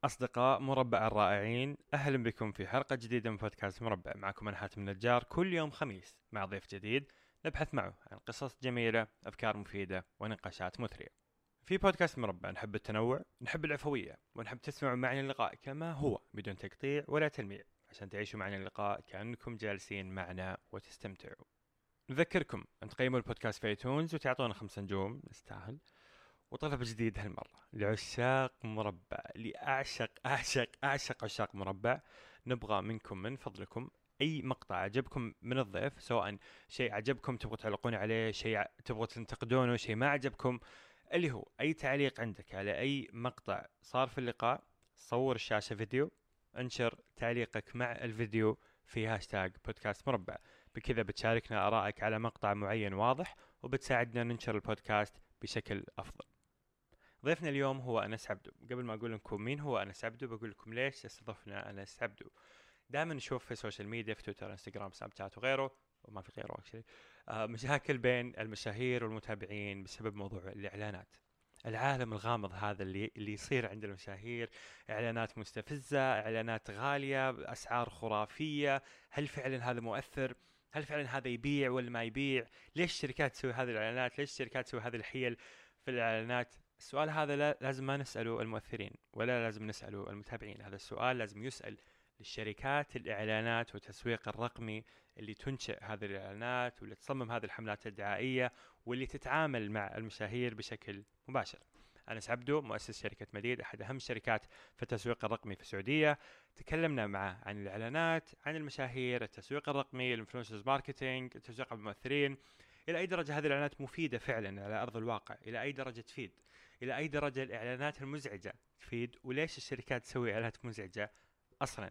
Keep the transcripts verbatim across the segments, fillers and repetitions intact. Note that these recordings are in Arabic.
أصدقاء مربع الرائعين، أهلا بكم في حلقة جديدة من بودكاست مربع. معكم أنا حاتم النجار، كل يوم خميس مع ضيف جديد نبحث معه عن قصص جميلة، أفكار مفيدة ونقاشات مثرية. في بودكاست مربع نحب التنوع، نحب العفوية، ونحب تسمعوا معنا اللقاء كما هو بدون تقطيع ولا تلميع، عشان تعيشوا معنا اللقاء كأنكم جالسين معنا وتستمتعوا. نذكركم أن تقيموا البودكاست في ايتونز وتعطونا خمس نجوم، نستاهل. وطلب جديد هالمرة لعشاق مربع، لأعشق أعشق أعشق عشاق مربع، نبغى منكم من فضلكم أي مقطع عجبكم من الضيف، سواء شيء عجبكم تبغوا تعلقون عليه، شيء تبغوا تنتقدونه، شيء ما عجبكم، اللي هو أي تعليق عندك على أي مقطع صار في اللقاء، صور الشاشة فيديو، انشر تعليقك مع الفيديو في هاشتاج بودكاست مربع. بكذا بتشاركنا آرائك على مقطع معين واضح، وبتساعدنا ننشر البودكاست بشكل أفضل. ضيفنا اليوم هو أنس عبدو. قبل ما أقول لكم مين هو أنس عبدو، بقول لكم ليش استضفنا أنس عبدو. دائما نشوف في السوشيال ميديا، في تويتر، انستغرام، سناب شات وغيره، وما في غيره أكشلي، آه مشاكل بين المشاهير والمتابعين بسبب موضوع الإعلانات. العالم الغامض هذا اللي اللي يصير عند المشاهير، إعلانات مستفزة، إعلانات غالية، أسعار خرافية. هل فعلا هذا مؤثر؟ هل فعلا هذا يبيع ولا ما يبيع؟ ليش الشركات تسوي هذه الإعلانات؟ ليش الشركات تسوي هذه الحيل في الإعلانات؟ السؤال هذا لا لازم ما نسأله المؤثرين ولا لازم نسأله المتابعين، هذا السؤال لازم يسأل للشركات الإعلانات والتسويق الرقمي اللي تنشئ هذه الإعلانات واللي تصمم هذه الحملات الدعائية واللي تتعامل مع المشاهير بشكل مباشر. أنس عبدو مؤسس شركة مديد، أحد أهم الشركات في التسويق الرقمي في السعودية. تكلمنا معه عن الإعلانات، عن المشاهير، التسويق الرقمي، الانفلونسرز ماركتينج، التسويق بالمؤثرين، إلى أي درجة هذه الإعلانات مفيدة فعلا على أرض الواقع، إلى أي درجة تفيد، إلى أي درجة الإعلانات المزعجة تفيد، وليش الشركات تسوي إعلانات مزعجة أصلا.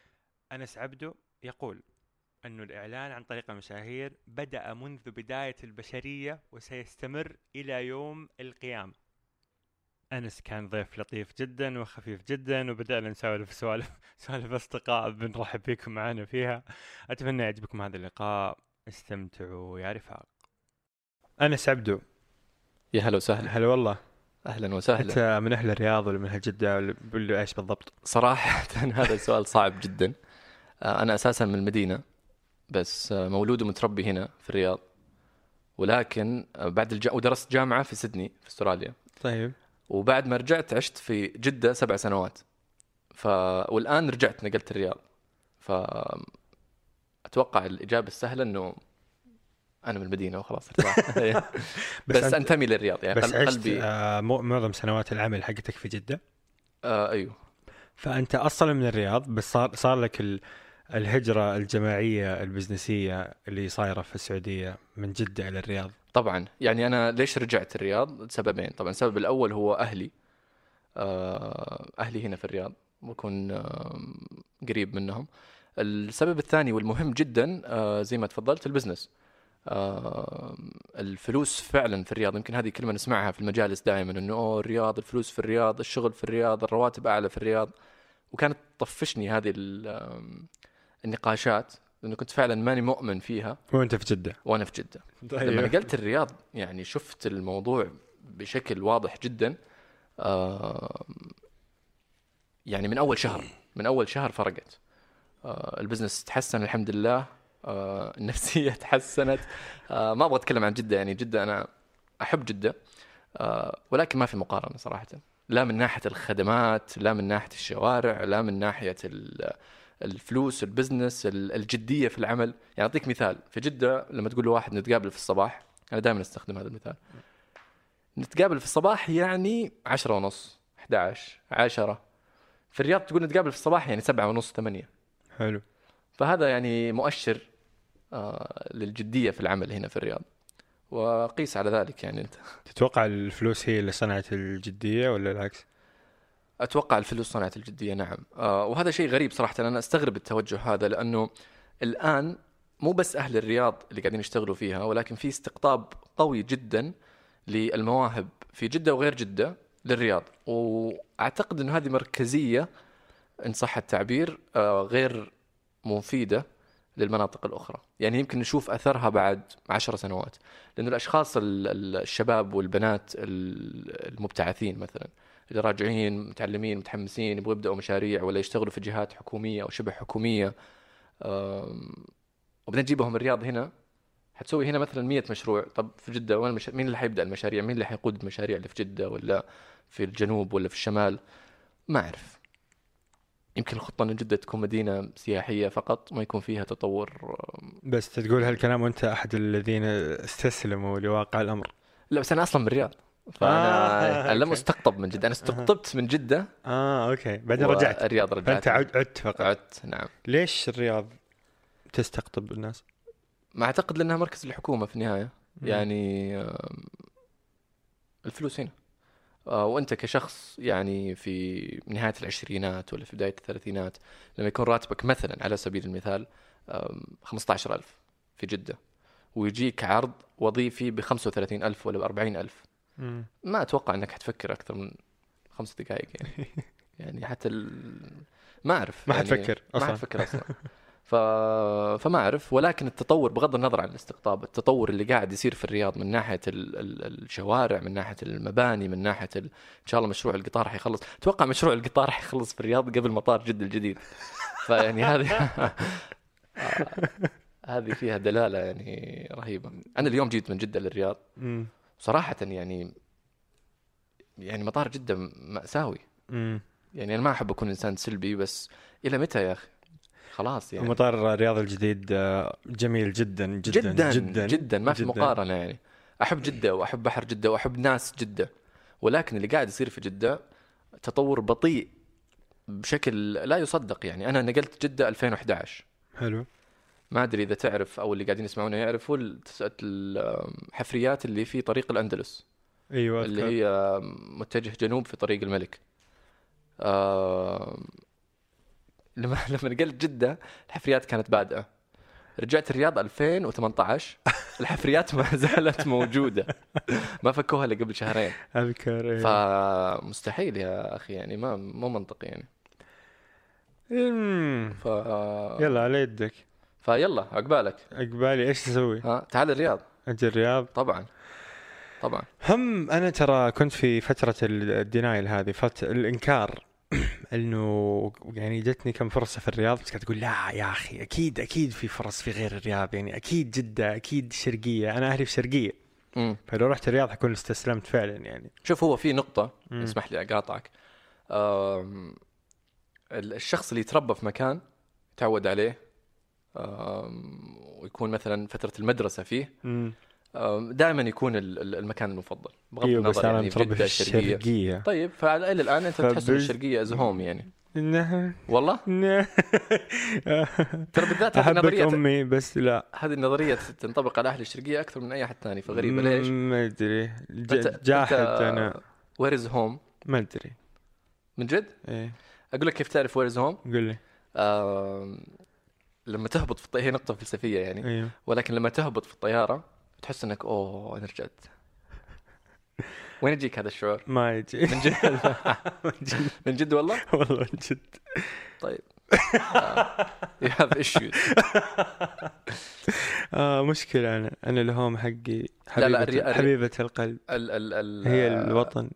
أنس عبدو يقول أن الإعلان عن طريق المشاهير بدأ منذ بداية البشرية وسيستمر إلى يوم القيامة. أنس كان ضيف لطيف جدا وخفيف جدا، وبدأنا نسولف سوالف سوالف أصدقاء بنرحب فيكم معنا فيها. أتمنى يعجبكم هذا اللقاء، استمتعوا يا رفاق. أنس عبدو، يا هلا وسهلا. هلا والله. أهلا وسهلا. أنت من أهل الرياض ولا من أهل جدة ولا بقول إيش بالضبط؟ صراحة هذا السؤال صعب جدا. أنا أساسا من المدينة، بس مولود ومتربي هنا في الرياض، ولكن بعد الج... ودرست جامعة في سيدني في استراليا. طيب. وبعد ما رجعت عشت في جدة سبع سنوات، ف... والآن رجعت نقلت الرياض. فأتوقع الإجابة السهلة إنه أنا من المدينة وخلاص. بس, بس أنتمي للرياض يعني. بس عشت قلبي آه معظم سنوات العمل حقتك في جدة. آه أيوه. فأنت أصلا من الرياض، بس صار صار لك ال... الهجرة الجماعية البزنسية اللي صايرة في السعودية من جدة إلى الرياض. طبعا يعني أنا ليش رجعت الرياض؟ سببين. طبعا السبب الأول هو أهلي. أهلي هنا في الرياض وأكون قريب منهم. السبب الثاني والمهم جدا زي ما تفضلت، البزنس. الفلوس فعلا في الرياض، يمكن هذه كلمة نسمعها في المجالس دائما، إنه الرياض، الفلوس في الرياض، الشغل في الرياض، الرواتب أعلى في الرياض. وكانت تطفشني هذه النقاشات، لأنه كنت فعلا ماني مؤمن فيها. وأنت في جدة؟ وأنا في جدة. طيب. لما نقلت الرياض يعني شفت الموضوع بشكل واضح جدا. آه يعني من أول شهر من أول شهر فرقت. آه البزنس تحسن الحمد لله. آه النفسية تحسنت. آه ما أبغى أتكلم عن جدة، يعني جدة أنا أحب جدة، آه ولكن ما في مقارنة صراحة، لا من ناحية الخدمات، لا من ناحية الشوارع، لا من ناحية الفلوس، البزنس، الجدية في العمل. يعني أعطيك مثال، في جدة لما تقول لواحد نتقابل في الصباح، أنا دائما أستخدم هذا المثال، نتقابل في الصباح يعني عشرة ونص، أحد عشر، عشرة. في الرياض تقول نتقابل في الصباح يعني سبعة ونص، ثمانية. حلو. فهذا يعني مؤشر آه للجدية في العمل هنا في الرياض، وقيس على ذلك. يعني أنت تتوقع الفلوس هي اللي صنعت الجدية ولا العكس؟ أتوقع الفلوس صنعت الجدية، نعم. آه وهذا شيء غريب صراحة، أنا أستغرب التوجه هذا، لأنه الآن مو بس أهل الرياض اللي قاعدين يشتغلوا فيها، ولكن في استقطاب قوي جدا للمواهب في جدة وغير جدة للرياض. وأعتقد أن هذه مركزية إن صح التعبير آه غير مفيدة للمناطق الأخرى. يعني يمكن نشوف أثرها بعد عشر سنوات، لأنه الأشخاص الشباب والبنات المبتعثين مثلا اللي راجعين متعلمين متحمسين يبغوا يبدأوا مشاريع ولا يشتغلوا في جهات حكومية أو شبه حكومية، وبدنا نجيبهم الرياض هنا. حتسوي هنا مثلا مية مشروع. طب في جدة وين مش... مين اللي حيبدأ المشاريع؟ مين اللي حيقود المشاريع اللي في جدة ولا في الجنوب ولا في الشمال؟ ما أعرف. يمكن الخطة أن جدة تكون مدينة سياحية فقط، ما يكون فيها تطور. بس تقول هالكلام وأنت أحد الذين استسلموا لواقع الأمر. لا بس أنا أصلا من الرياض، فأنا آه، أنا لم أوكي. أستقطب من جدة، أنا استقطبت من جدة. آه أوكي، بعدين رجعت. الرياض رجعت. فأنت عد- عدت فقط. عدت نعم. ليش الرياض تستقطب الناس؟ ما أعتقد لأنها مركز الحكومة في النهاية. مم. يعني آم، الفلوس هنا. آه، وأنت كشخص يعني في نهاية العشرينات ولا في بداية الثلاثينات، لما يكون راتبك مثلا على سبيل المثال خمسة عشر ألف في جدة، ويجيك عرض وظيفي بخمسة وثلاثين ألف ولا بأربعين ألف، مم. ما أتوقع أنك حتفكر أكثر من خمس دقائق يعني. يعني حتى ال... ما أعرف ما يعني حتفكر ما أصلا. حتفكر أصلا. ف... فما أعرف. ولكن التطور بغض النظر عن الاستقطاب، التطور اللي قاعد يصير في الرياض من ناحية ال... ال... الشوارع، من ناحية المباني، من ناحية ال... إن شاء الله مشروع القطار راح يخلص. أتوقع مشروع القطار راح يخلص في الرياض قبل مطار جدة الجديد. فيعني هذه هذه فيها دلالة يعني رهيبة. أنا اليوم جيت من جدة للرياض مم. صراحة، يعني يعني مطار جدة مأساوي. مم. يعني أنا ما أحب أكون إنسان سلبي، بس إلى متى يا أخي؟ خلاص يعني. مطار الرياض الجديد آه، جميل جدا جدا جدا جدا, جدا ما في جداً. مقارنة يعني. أحب جدة وأحب بحر جدة وأحب ناس جدة، ولكن اللي قاعد يصير في جدة تطور بطيء بشكل لا يصدق. يعني أنا نقلت جدة ألفين وإحدى عشر. حلو. ما أدري إذا تعرف أو اللي قاعدين يسمعونا يعرفوا الحفريات اللي في طريق الأندلس، أيوة اللي أذكر. هي متجه جنوب في طريق الملك. آه لما لما نقلت جدة الحفريات كانت بادئة. رجعت الرياض ألفين وثمانية عشر الحفريات ما زالت موجودة، ما فكوها إلا قبل شهرين. أذكر. إيه. فمستحيل يا أخي يعني، ما مو منطقي يعني. مم. ف يلا على يدك. فيلا عقبالك. عقبالي إيش تسوي؟ ها تعال الرياض. أجي الرياض. طبعا طبعا. هم أنا ترى كنت في فترة الدينايل هذه، فترة الإنكار إنه يعني جتني كم فرصة في الرياض، بس كنت أقول لا يا أخي أكيد أكيد في فرص في غير الرياض، يعني أكيد جدة أكيد شرقية، أنا أهلي في شرقية. مم. فلو رحت الرياض حكون استسلمت فعلا يعني. شوف هو في نقطة، مم. اسمح لي أقاطعك. آم، الشخص اللي يتربى في مكان تعود عليه، آم، ويكون مثلا فترة المدرسة فيه، مم. آم، دائما يكون ال- ال- المكان المفضل بغض أيوة، بس النظر أنا يعني متربي في الشرقية. الشرقية. طيب فعلى إلى الآن أنت تحس إن فبز- الشرقية از هوم يعني. نه والله نه ترى بالذات هذه أحبك النظرية، أمي بس لا. هذه النظرية تنطبق على أهل الشرقية أكثر من أي أحد ثاني. فغريبة ليش؟ مم، ما أدري. ج- أنت- جاحد أنت أنا. where is home؟ ما أدري. من جد؟ إيه أقول لك كيف تعرف where is home؟ قل لي. آم، لما تهبط في الط... هي نقطة فلسفية يعني، أيوه. ولكن لما تهبط في الطيارة تحس انك اوه انا رجعت. وين يجيك هذا الشعور؟ ما يجي. من جد من جد والله والله من جد. طيب you have issues. آه مشكلة أنا أنا الهوم حقي حبيبة, لا، الري- الري- حبيبة القلب ال ال ال هي الوطن.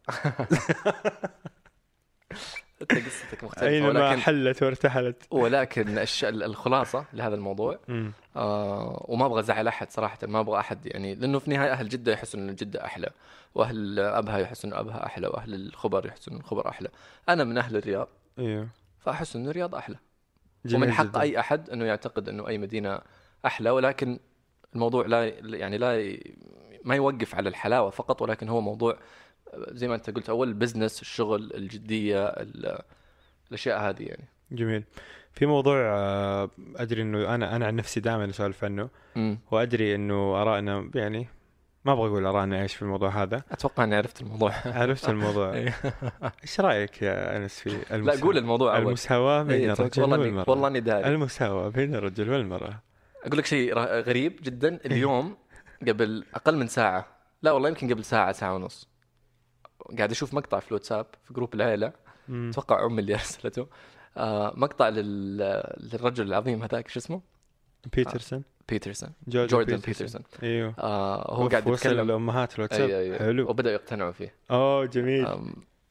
انت قصتك مختلفة. أينما ولكن حلت وارتحلت. ولكن الش... الخلاصة لهذا الموضوع، مم. آه وما ابغى ازعل احد صراحة، ما ابغى احد يعني، لانه في النهاية اهل جدة يحسون ان جدة احلى، واهل ابها يحسون ان ابها احلى، واهل الخبر يحسون ان الخبر احلى. انا من اهل الرياض أيوه. فاحس ان الرياض احلى. جميل ومن حق جداً. اي احد انه يعتقد انه اي مدينة احلى، ولكن الموضوع لا يعني لا ي... ما يوقف على الحلاوة فقط، ولكن هو موضوع زي ما انت قلت اول، البزنس، الشغل، الجدية، ال... الاشياء هذه يعني. جميل. في موضوع آه، أدري إنه أنا أنا عن نفسي دائما أسولف عنه، امم وأدري إنه آرائنا يعني ما أبغى أقول آرائنا إيش في الموضوع هذا. اتوقع اني عرفت الموضوع. عرفت الموضوع. إيش رأيك يا أنس في لا قول الموضوع اول. المساواة بين إيه، الرجل والله إني- والمرأة؟ والله اني داري. المساواة بين الرجل والمرأة. اقول لك شيء ر- غريب جدا. اليوم قبل اقل من ساعة، لا والله يمكن قبل ساعة ساعة ونص، قاعد اشوف مقطع في الواتساب في جروب العيلة، مم. اتوقع امي اللي ارسلته، آه مقطع لل... للرجل العظيم هذاك شو اسمه، بيترسون. بيترسون، جوردن, جوردن بيترسون. بيترسون. ايوه. آه هو أوف، قاعد وصل يتكلم. الأمهات الواتساب. أي أي أي. حلو. وبدأوا يقتنعوا فيه. أوه جميل. آم،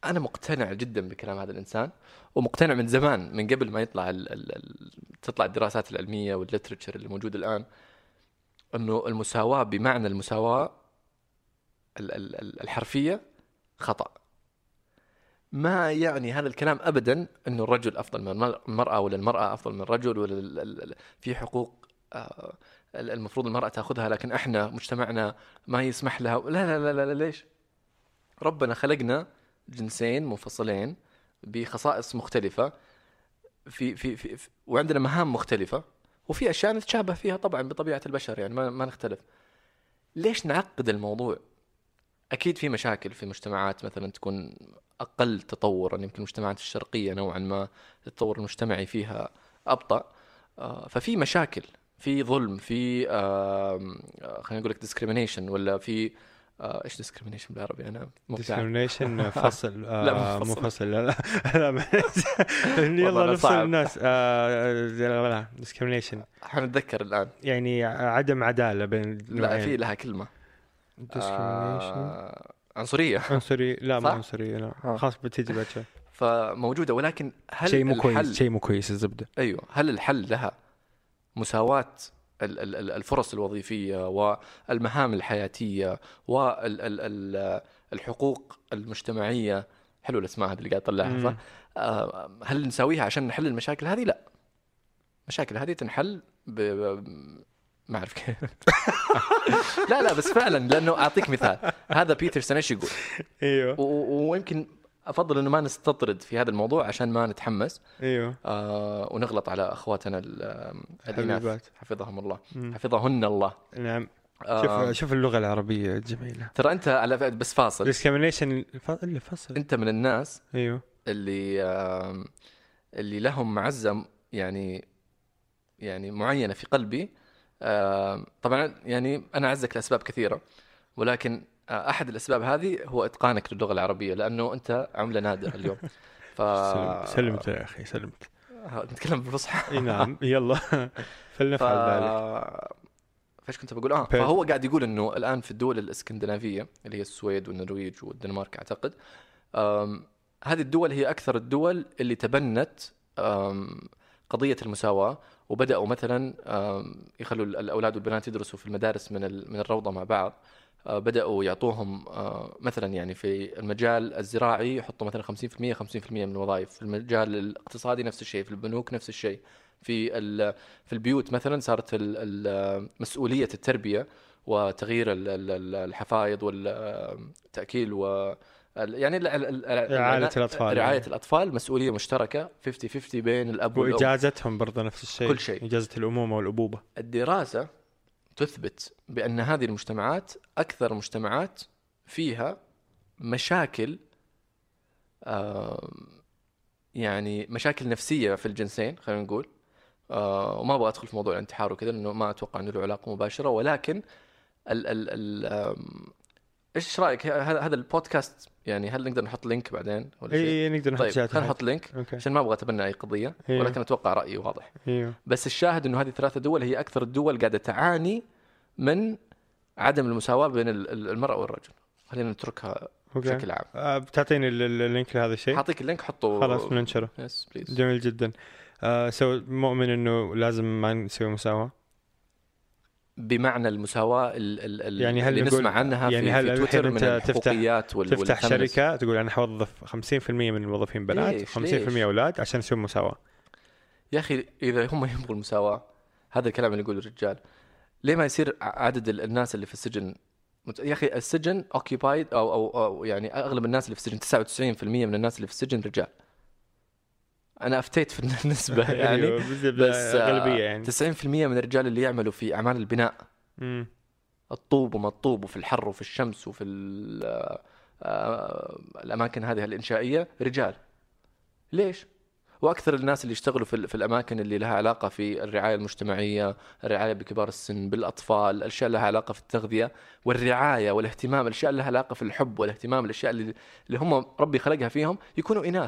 انا مقتنع جدا بكلام هذا الانسان، ومقتنع من زمان، من قبل ما يطلع ال ال ال تطلع الدراسات العلميه والليترشر اللي موجود الان، انه المساواه بمعنى المساواه ال ال الحرفيه خطأ. ما يعني هذا الكلام ابدا انه الرجل افضل من المراه ولا المراه افضل من الرجل ولا في حقوق المفروض المراه تاخذها لكن احنا مجتمعنا ما يسمح لها. لا لا لا لا ليش؟ ربنا خلقنا جنسين منفصلين بخصائص مختلفه في في في, في وعندنا مهام مختلفه، وفي اشياء نتشابه فيها طبعا بطبيعه البشر، يعني ما ما نختلف. ليش نعقد الموضوع؟ اكيد في مشاكل في مجتمعات مثلا تكون أقل تطورا، يمكن المجتمعات الشرقية نوعا ما التطور المجتمعي فيها أبطأ، ففي مشاكل، في ظلم، في خلينا نقول لك discrimination، ولا في إيش discrimination بالعربي؟ أنا discrimination فصل لا مو فصل لا لا يلا نفصل الناس لا discrimination حنتذكر الآن، يعني عدم عدالة بين لا في لها كلمة discrimination عنصرية عنصرية لا مو عنصرية لا خاص بتيجي بعد شوي فموجودة. ولكن هل شيء مو كويس شيء مو كويس الزبدة؟ أيوه، هل الحل لها مساواة الفرص الوظيفية والمهام الحياتية والحقوق المجتمعية؟ حلو الأسماء هذه اللي قاعد أطلعها صح؟ هل نسويها عشان نحل المشاكل هذه؟ لا، مشاكل هذه تنحل ب... ما أعرف كيف لا لا بس فعلا، لأنه أعطيك مثال، هذا بيترسون إيش يقول؟ أيوه، ويمكن أفضل إنه ما نستطرد في هذا الموضوع عشان ما نتحمس أيوه آه ونغلط على أخواتنا الإناث حفظهم الله مم. حفظهن الله. نعم. شوف آه شوف اللغة العربية جميلة. ترى أنت على بس فاصل discrimination اللي فاصل، أنت من الناس أيوه اللي آه اللي لهم معزة يعني يعني معينة في قلبي. آه طبعا يعني أنا أعزك لأسباب كثيرة، ولكن آه أحد الأسباب هذه هو إتقانك للغة العربية، لأنه أنت عملة نادرة اليوم. ف... سلمت يا أخي سلمت. نتكلم بالفصحى. نعم يلا فلنفعل ف... ذلك. فايش كنت بقول؟ آه فهو قاعد يقول إنه الآن في الدول الإسكندنافية اللي هي السويد والنرويج والدنمارك أعتقد، هذه الدول هي أكثر الدول اللي تبنت قضية المساواة، وبدأوا مثلا يخلوا الأولاد والبنات يدرسوا في المدارس من من الروضة مع بعض. بدأوا يعطوهم مثلا يعني في المجال الزراعي يحطوا مثلا خمسين بالمئة خمسين بالمئة من الوظائف، في المجال الاقتصادي نفس الشيء، في البنوك نفس الشيء، في في البيوت مثلا صارت مسؤولية التربية وتغيير الحفايض والتأكيل و يعني رعاية الأطفال رعاية يعني. الأطفال مسؤولية مشتركة خمسين خمسين بين الأب والأم، وإجازتهم برضه نفس الشيء، كل شيء، إجازة الأمومة والأبوبة. الدراسة تثبت بأن هذه المجتمعات أكثر مجتمعات فيها مشاكل يعني مشاكل نفسية في الجنسين خلينا نقول، وما أبغى أدخل في موضوع الانتحار وكذا لأنه ما أتوقع أنه له علاقة مباشرة، ولكن ال ال ال إيش رأيك هذا البودكاست؟ يعني هل نقدر نحط لينك بعدين ولا شيء؟ إيه نقدر نحط. طيب خلينا نحط لينك أوكي. عشان ما أبغى أتبنى أي قضية إيه. ولكن أتوقع رأيي واضح إيه. بس الشاهد إنه هذه الثلاثة دول هي أكثر الدول قاعدة تعاني من عدم المساواة بين المرأة والرجل. خلينا نتركها أوكي. بشكل عام. أه بتعطيني اللينك لهذا الشيء؟ حاعطيك اللينك حطه خلاص بننشره. يس بليز. جميل جدا. أه سو مؤمن إنه لازم ما نسوي مساواة بمعنى المساواة ال ال يعني اللي نسمع عنها يعني في, هل في تويتر من الحقوقيات وال تفتح شركة تقول أنا حوظف خمسين بالمئة من الموظفين بنات خمسين بالمئة أولاد عشان نسوي مساواة؟ يا أخي إذا هم يبغوا المساواة، هذا الكلام اللي يقوله الرجال، ليه ما يصير عدد الناس اللي في السجن؟ يا أخي السجن occupied أو, أو, أو يعني أغلب الناس اللي في السجن تسعة وتسعين بالمئة من الناس اللي في السجن رجال. أنا أفتيت في النسبة يعني بس غالبية يعني تسعين بالمئة من الرجال اللي يعملوا في أعمال البناء مم. الطوب وما الطوب وفي الحر وفي الشمس وفي الأماكن هذه الإنشائية رجال. ليش؟ وأكثر الناس اللي يشتغلوا في, في الأماكن اللي لها علاقة في الرعاية المجتمعية، الرعاية بكبار السن، بالأطفال، الأشياء لها علاقة في التغذية والرعاية والاهتمام، الأشياء لها علاقة في الحب والاهتمام، الأشياء اللي, اللي هم ربي خلقها فيهم يكونوا إناث.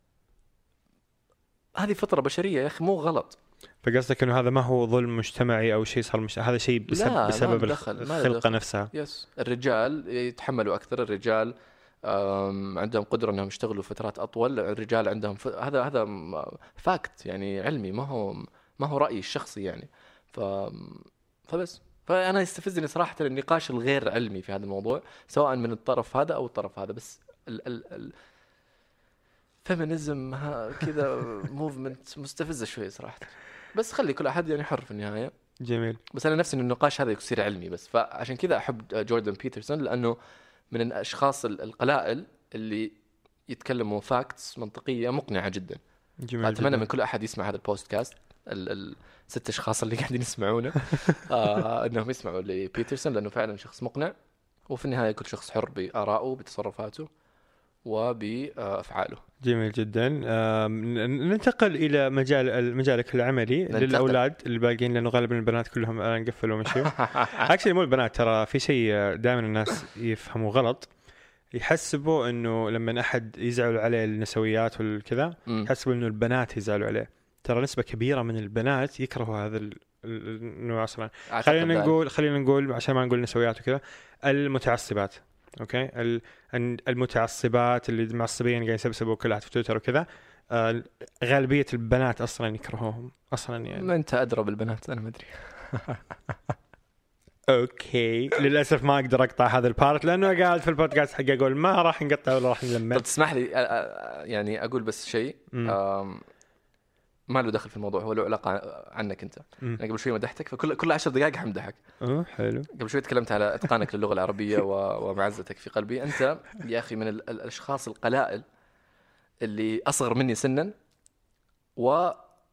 هذه فطرة بشرية يا أخي، مو غلط. فقصدك إنه هذا ما هو ظلم مجتمعي أو شيء صار مش... هذا شيء بسبب, بسبب الخلقة نفسها. يس الرجال يتحملوا أكثر، الرجال عندهم قدرة أنهم يشتغلوا فترات أطول. الرجال عندهم ف... هذا هذا فاكت يعني علمي، ما هو ما هو رأيي الشخصي يعني. ف... فبس فأنا يستفزني صراحة النقاش الغير علمي في هذا الموضوع، سواء من الطرف هذا أو الطرف هذا. بس ال ال ال فيمينيزم كذا موفمنت مستفزة شوي صراحة. بس خلي كل أحد يعني حر في النهاية. جميل. بس أنا نفسي إن النقاش هذا يصير علمي بس. فعشان كذا أحب جوردن بيترسون، لأنه من الأشخاص القلائل اللي يتكلموا فاكتس منطقية مقنعة جدا. جميل. أتمنى من كل أحد يسمع هذا البودكاست، الست أشخاص اللي قاعدين يسمعونه آه أنهم يسمعوا لبيترسون، لأنه فعلا شخص مقنع. وفي النهاية كل شخص حر بآرائه بتصرفاته وبأفعاله. جميل جدا. ننتقل إلى مجال مجالك العملي ننتقل. للأولاد اللي باقين، لأنه غالبا البنات كلهم الآن قفلوا ومشيوا. أكشلي مو البنات، ترى في شيء دائما الناس يفهموا غلط، يحسبوا إنه لما أحد يزعل عليه النسويات والكذا يحسبوا إنه البنات يزعلوا عليه. ترى نسبة كبيرة من البنات يكرهوا هذا النوع أصلا. خلينا نقول خلينا نقول عشان ما نقول نسويات وكذا، المتعصبات. اوكي، المتعصبات اللي معصبين قاعدين يسبسبوا كل واحد في تويتر وكذا، آه غالبيه البنات اصلا يكرهوهم اصلا يعني. ما انت ادرى بالبنات، انا ما ادري. اوكي، للاسف ما اقدر اقطع هذا البارت لانه قاعد في البودكاست حقي اقول ما راح نقطع ولا راح نلمع. طب تسمح لي يعني اقول بس شيء ما له دخل في الموضوع، هو له علاقه عنك انت. انا قبل شوي مدحتك، فكل كل عشر دقائق حمدحك. اه حلو. قبل شوي تكلمت على اتقانك للغه العربيه ومعزتك في قلبي. انت يا اخي من الاشخاص القلائل اللي اصغر مني سنا و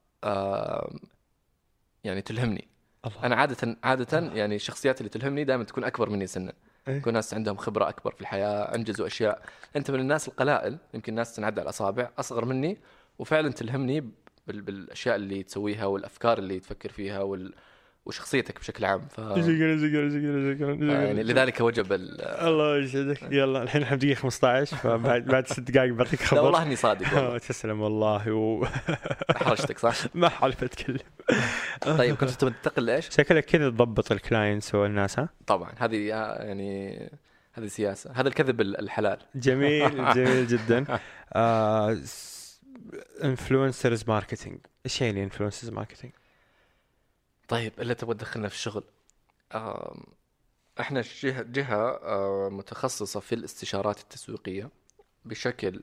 يعني تلهمني. الله. انا عاده عاده الله. يعني الشخصيات اللي تلهمني دائما تكون اكبر مني سنا، يكون ناس عندهم خبره اكبر في الحياه، انجزوا اشياء. انت من الناس القلائل، يمكن الناس تنعد على الاصابع، اصغر مني وفعلا تلهمني بالاشياء اللي تسويها والافكار اللي تفكر فيها وال... وشخصيتك بشكل عام. ف شكرا شكرا شكرا شكرا يعني لذلك وجب ال... الله يسعدك. يلا الحين احنا دقيقه خمسة عشر، فبعد بعد ست دقائق بعطيك خبر. لا والله اني صادق والله. تسلم والله. و حرجتك صح؟ ما حلف اتكلم. طيب كنت تنتقل لايش؟ شكلك كذا تضبط الكلاينتس والناس. ها طبعا هذه يعني هذه سياسه، هذا الكذب الحلال. جميل جميل جدا. آه... انفلونسرز ماركتينج، ايش هي الانفلونسرز ماركتينج؟ طيب اللي تبغى تدخلنا في الشغل، احنا جهه جهه متخصصه في الاستشارات التسويقيه بشكل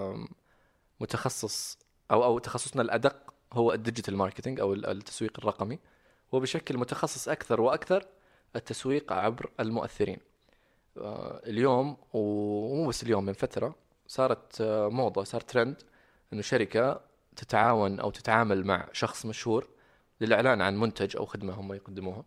متخصص، او او تخصصنا الادق هو الديجيتال ماركتينج او التسويق الرقمي، وبشكل متخصص اكثر واكثر التسويق عبر المؤثرين. اليوم ومو بس اليوم، من فتره صارت موضه، صار ترند انه شركه تتعاون او تتعامل مع شخص مشهور للاعلان عن منتج او خدمه هم يقدموها.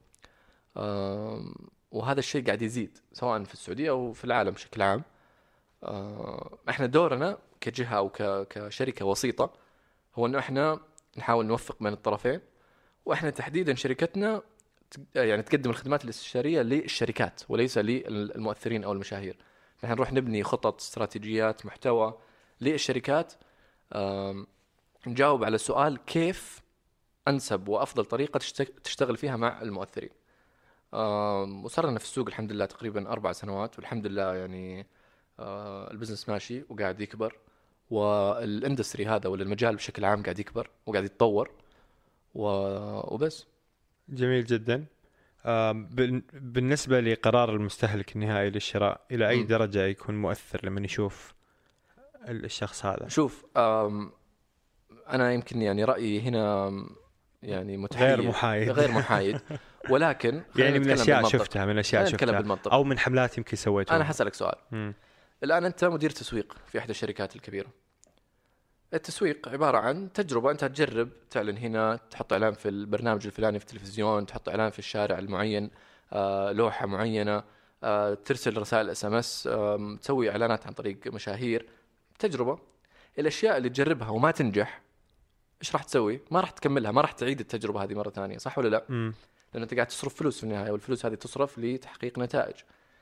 وهذا الشيء قاعد يزيد سواء في السعوديه او في العالم بشكل عام. احنا دورنا كجهه او كشركه وسيطه هو انه احنا نحاول نوفق بين الطرفين، واحنا تحديدا شركتنا يعني تقدم الخدمات الاستشاريه للشركات وليس للمؤثرين او المشاهير. نحن نروح نبني خطط، استراتيجيات، محتوى للشركات، نجاوب على سؤال كيف أنسب وأفضل طريقة تشتغل فيها مع المؤثرين. وصار لنا في السوق الحمد لله تقريبا أربع سنوات، والحمد لله يعني البزنس ماشي وقاعد يكبر، والاندستري هذا ولا المجال بشكل عام قاعد يكبر وقاعد يتطور وبس. جميل جدا. بالنسبة لقرار المستهلك النهائي للشراء، إلى أي م. درجة يكون مؤثر لما يشوف الشخص هذا؟ شوف أنا يمكن يعني رأيي هنا يعني متحيز، غير محايد غير محايد ولكن يعني من الأشياء شفتها من الأشياء شفتها أو من حملات يمكن سويتها. أنا حسألك سؤال. م. الآن أنت مدير تسويق في إحدى الشركات الكبيرة. التسويق عبارة عن تجربة، أنت تجرب تعلن هنا، تحط إعلان في البرنامج الفلاني في التلفزيون، تحط إعلان في الشارع المعين، آه، لوحة معينة، آه، ترسل رسائل اس ام اس، آه، تسوي إعلانات عن طريق مشاهير. تجربة. الأشياء اللي تجربها وما تنجح إيش راح تسوي؟ ما راح تكملها، ما راح تعيد التجربة هذه مرة ثانية، صح ولا لا؟ م. لأن أنت قاعد تصرف فلوس في النهاية، والفلوس هذه تصرف لتحقيق نتائج.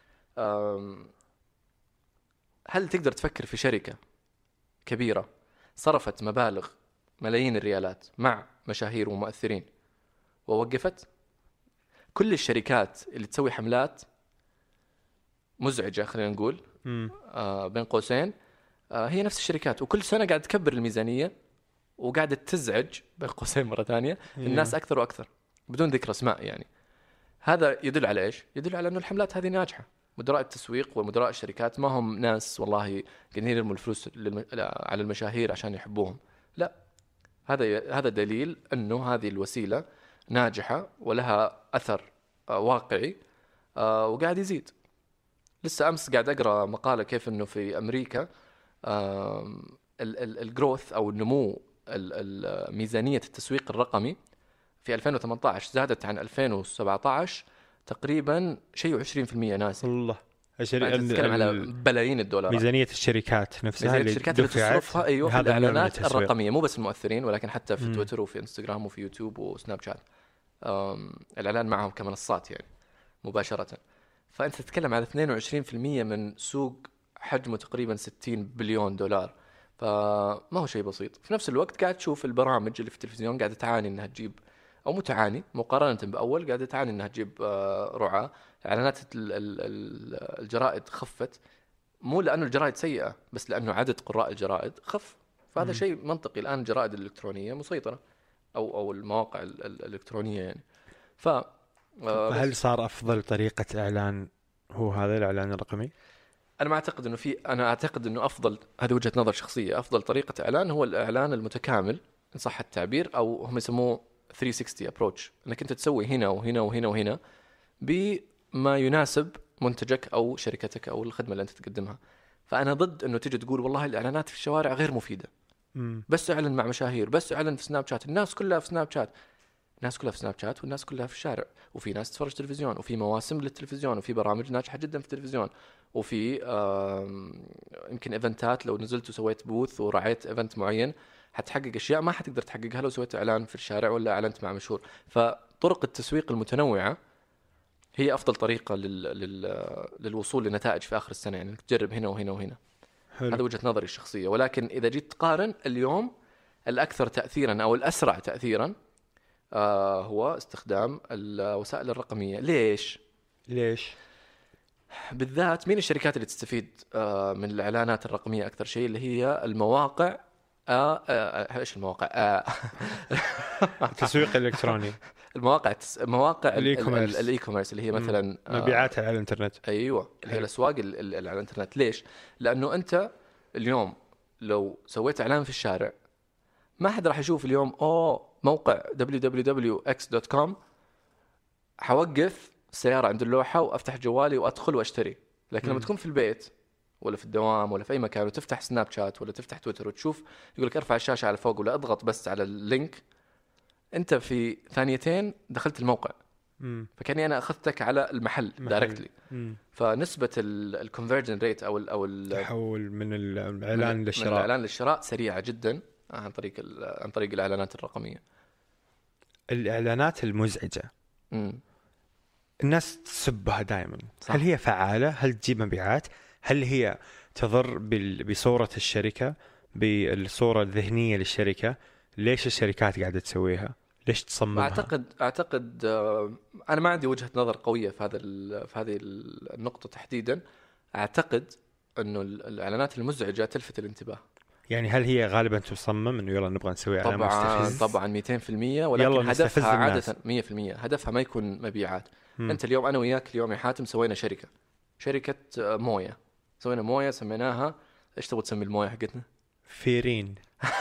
هل تقدر تفكر في شركة كبيرة صرفت مبالغ ملايين الريالات مع مشاهير ومؤثرين ووقفت؟ كل الشركات اللي تسوي حملات مزعجة خلينا نقول آه بين قوسين آه هي نفس الشركات، وكل سنة قاعد تكبر الميزانية وقاعدة تزعج بين قوسين مرة ثانية الناس أكثر وأكثر بدون ذكر اسماء. يعني هذا يدل على إيش؟ يدل على أنه الحملات هذه ناجحة. مدراء التسويق ومدراء الشركات ما هم ناس والله قاعدين يرموا الفلوس للم... على المشاهير عشان يحبوهم، لا، هذا هذا دليل أنه هذه الوسيلة ناجحة ولها أثر آه واقعي آه وقاعد يزيد. لسه أمس قاعد أقرأ مقالة كيف أنه في أمريكا الجروث أو النمو ميزانية التسويق الرقمي في ألفين وثمانية عشر زادت عن ألفين وسبعة عشر تقريبا شيء وعشرين في المية ناس. الله، نتكلم على بلايين الدولارات. ميزانية الشركات نفسها ميزانية الشركات اللي تصرفها أيوة في الإعلانات الرقمية، مو بس المؤثرين ولكن حتى في م. تويتر وفي انستغرام وفي يوتيوب وسناب شات، الإعلان معهم كمنصات يعني مباشرة. فأنت تتكلم على اثنين وعشرين في المية من سوق حجمه تقريبا ستين بليون دولار، فما هو شيء بسيط. في نفس الوقت قاعد تشوف البرامج اللي في التلفزيون قاعدة تعاني أنها تجيب، أو مو تعاني مقارنة بأول، قاعدة تعاني أنها تجيب رعاة. إعلانات الجرائد خفت، مو لأنه الجرائد سيئة بس لأنه عدد قراء الجرائد خف، فهذا م. شيء منطقي. الآن الجرائد الإلكترونية مسيطرة أو أو المواقع الإلكترونية يعني. ف هل صار أفضل طريقة إعلان هو هذا الإعلان الرقمي؟ أنا ما أعتقد إنه في أنا أعتقد إنه أفضل، هذه وجهة نظر شخصية، أفضل طريقة إعلان هو الإعلان المتكامل إن صح التعبير، أو هم يسموه ثلاثمية وستين approach، إنك أنت تسوي هنا وهنا وهنا وهنا بما يناسب منتجك أو شركتك أو الخدمة اللي أنت تقدمها. فأنا ضد إنه تيجي تقول والله الإعلانات في الشوارع غير مفيدة، م. بس أعلن مع مشاهير، بس أعلن في سناب شات، الناس كلها في سناب شات. الناس كلها في سناب شات والناس كلها في الشارع، وفي ناس تتفرج تلفزيون، وفي مواسم للتلفزيون، وفي برامج ناجحة جدا في التلفزيون، وفي يمكن إيفنتات لو نزلت وسويت بوث ورعيت إيفنت معين حتحقق أشياء ما حتقدر تحققها لو سويت إعلان في الشارع ولا أعلنت مع مشهور. فطرق التسويق المتنوعة هي أفضل طريقة لل... لل... للوصول لنتائج في آخر السنة، يعني تجرب هنا وهنا وهنا. حلو. هذا وجهة نظري الشخصية. ولكن إذا جيت تقارن اليوم الأكثر تأثيرا أو الأسرع تأثيرا آه هو استخدام الوسائل الرقمية. ليش؟ ليش؟ بالذات مين الشركات اللي تستفيد آه من الإعلانات الرقمية أكثر شيء؟ اللي هي المواقع آه آه إيش المواقع؟ آه التسويق الإلكتروني. المواقع تس... مواقع الإي-كوميرس. الإي-كوميرس اللي هي مثلا آه مبيعات على الإنترنت. أيوة، هي الأسواق اللي على الإنترنت. ليش؟ لأنه أنت اليوم لو سويت إعلان في الشارع ما حد راح يشوف اليوم أوه موقع دبليو دبليو دبليو إكس دوت كوم حوقف السيارة عند اللوحة وأفتح جوالي وأدخل وأشتري. لكن م. لما تكون في البيت ولا في الدوام ولا في أي مكان وتفتح سناب شات ولا تفتح تويتر وتشوف يقولك ارفع الشاشة على فوق ولا اضغط بس على اللينك، أنت في ثانيتين دخلت الموقع. م. فكأني أنا أخذتك على المحل دايركتلي. فنسبة الكونفرجن ريت أو ال أو التحول من الإعلان للشراء، من الإعلان للشراء سريعة جدا عن طريق عن طريق الإعلانات الرقمية. الإعلانات المزعجة م. الناس تسبها دائما. هل هي فعالة؟ هل تجيب مبيعات؟ هل هي تضر بصورة الشركة، بالصورة الذهنية للشركة؟ ليش الشركات قاعدة تسويها؟ ليش تصممها؟ أعتقد أعتقد أنا ما عندي وجهة نظر قوية في هذا في هذه النقطة تحديدا. أعتقد إنه الإعلانات المزعجة تلفت الانتباه. يعني هل هي غالبا تصمم إنه يلا نبغى نسوي إعلان مستفز؟ طبعا مئتين في المية، ولكن هدفها عادة مية في المية هدفها ما يكون مبيعات. م. أنت اليوم أنا وياك اليوم يا حاتم سوينا شركة شركة موية، سوينا موية سميناها إيش تبغى تسمي الموية حقتنا؟ فيرين.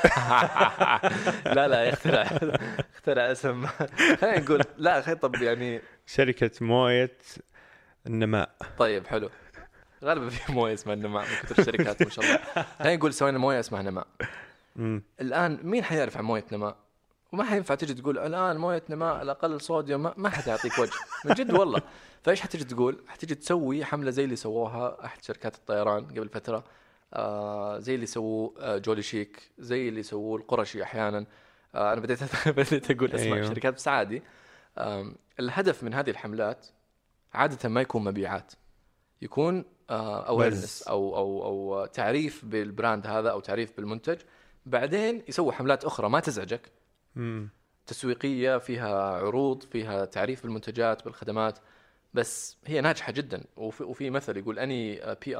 لا لا اخترع اخترع اسم. خلينا نقول لا خي طب يعني شركة موية النماء. طيب حلو، غالبا في موية اسمها النماء من كثر الشركات ما شاء الله. خلينا نقول سوينا موية اسمها نماء. م. الآن مين حيعرف عن موية نماء؟ وما حينفع تجي تقول الآن موية نماء الأقل صوديوم، ما, ما حد يعطيك وجه من جد والله. فإيش حتجي تقول؟ حتجي تسوي حملة زي اللي سووها أحد شركات الطيران قبل فترة، آه زي اللي سووه آه جولي شيك، زي اللي سووه القرشي أحيانا. آه أنا بديت بديت أقول أسماء أيوه. شركات بس عادي. آه الهدف من هذه الحملات عادة ما يكون مبيعات، يكون آه awareness أو أو أو تعريف بالبراند هذا أو تعريف بالمنتج. بعدين يسووا حملات أخرى ما تزعجك، مم. تسويقية فيها عروض فيها تعريف بالمنتجات بالخدمات، بس هي ناجحة جدا. وفي, وفي مثل يقول أني بي آر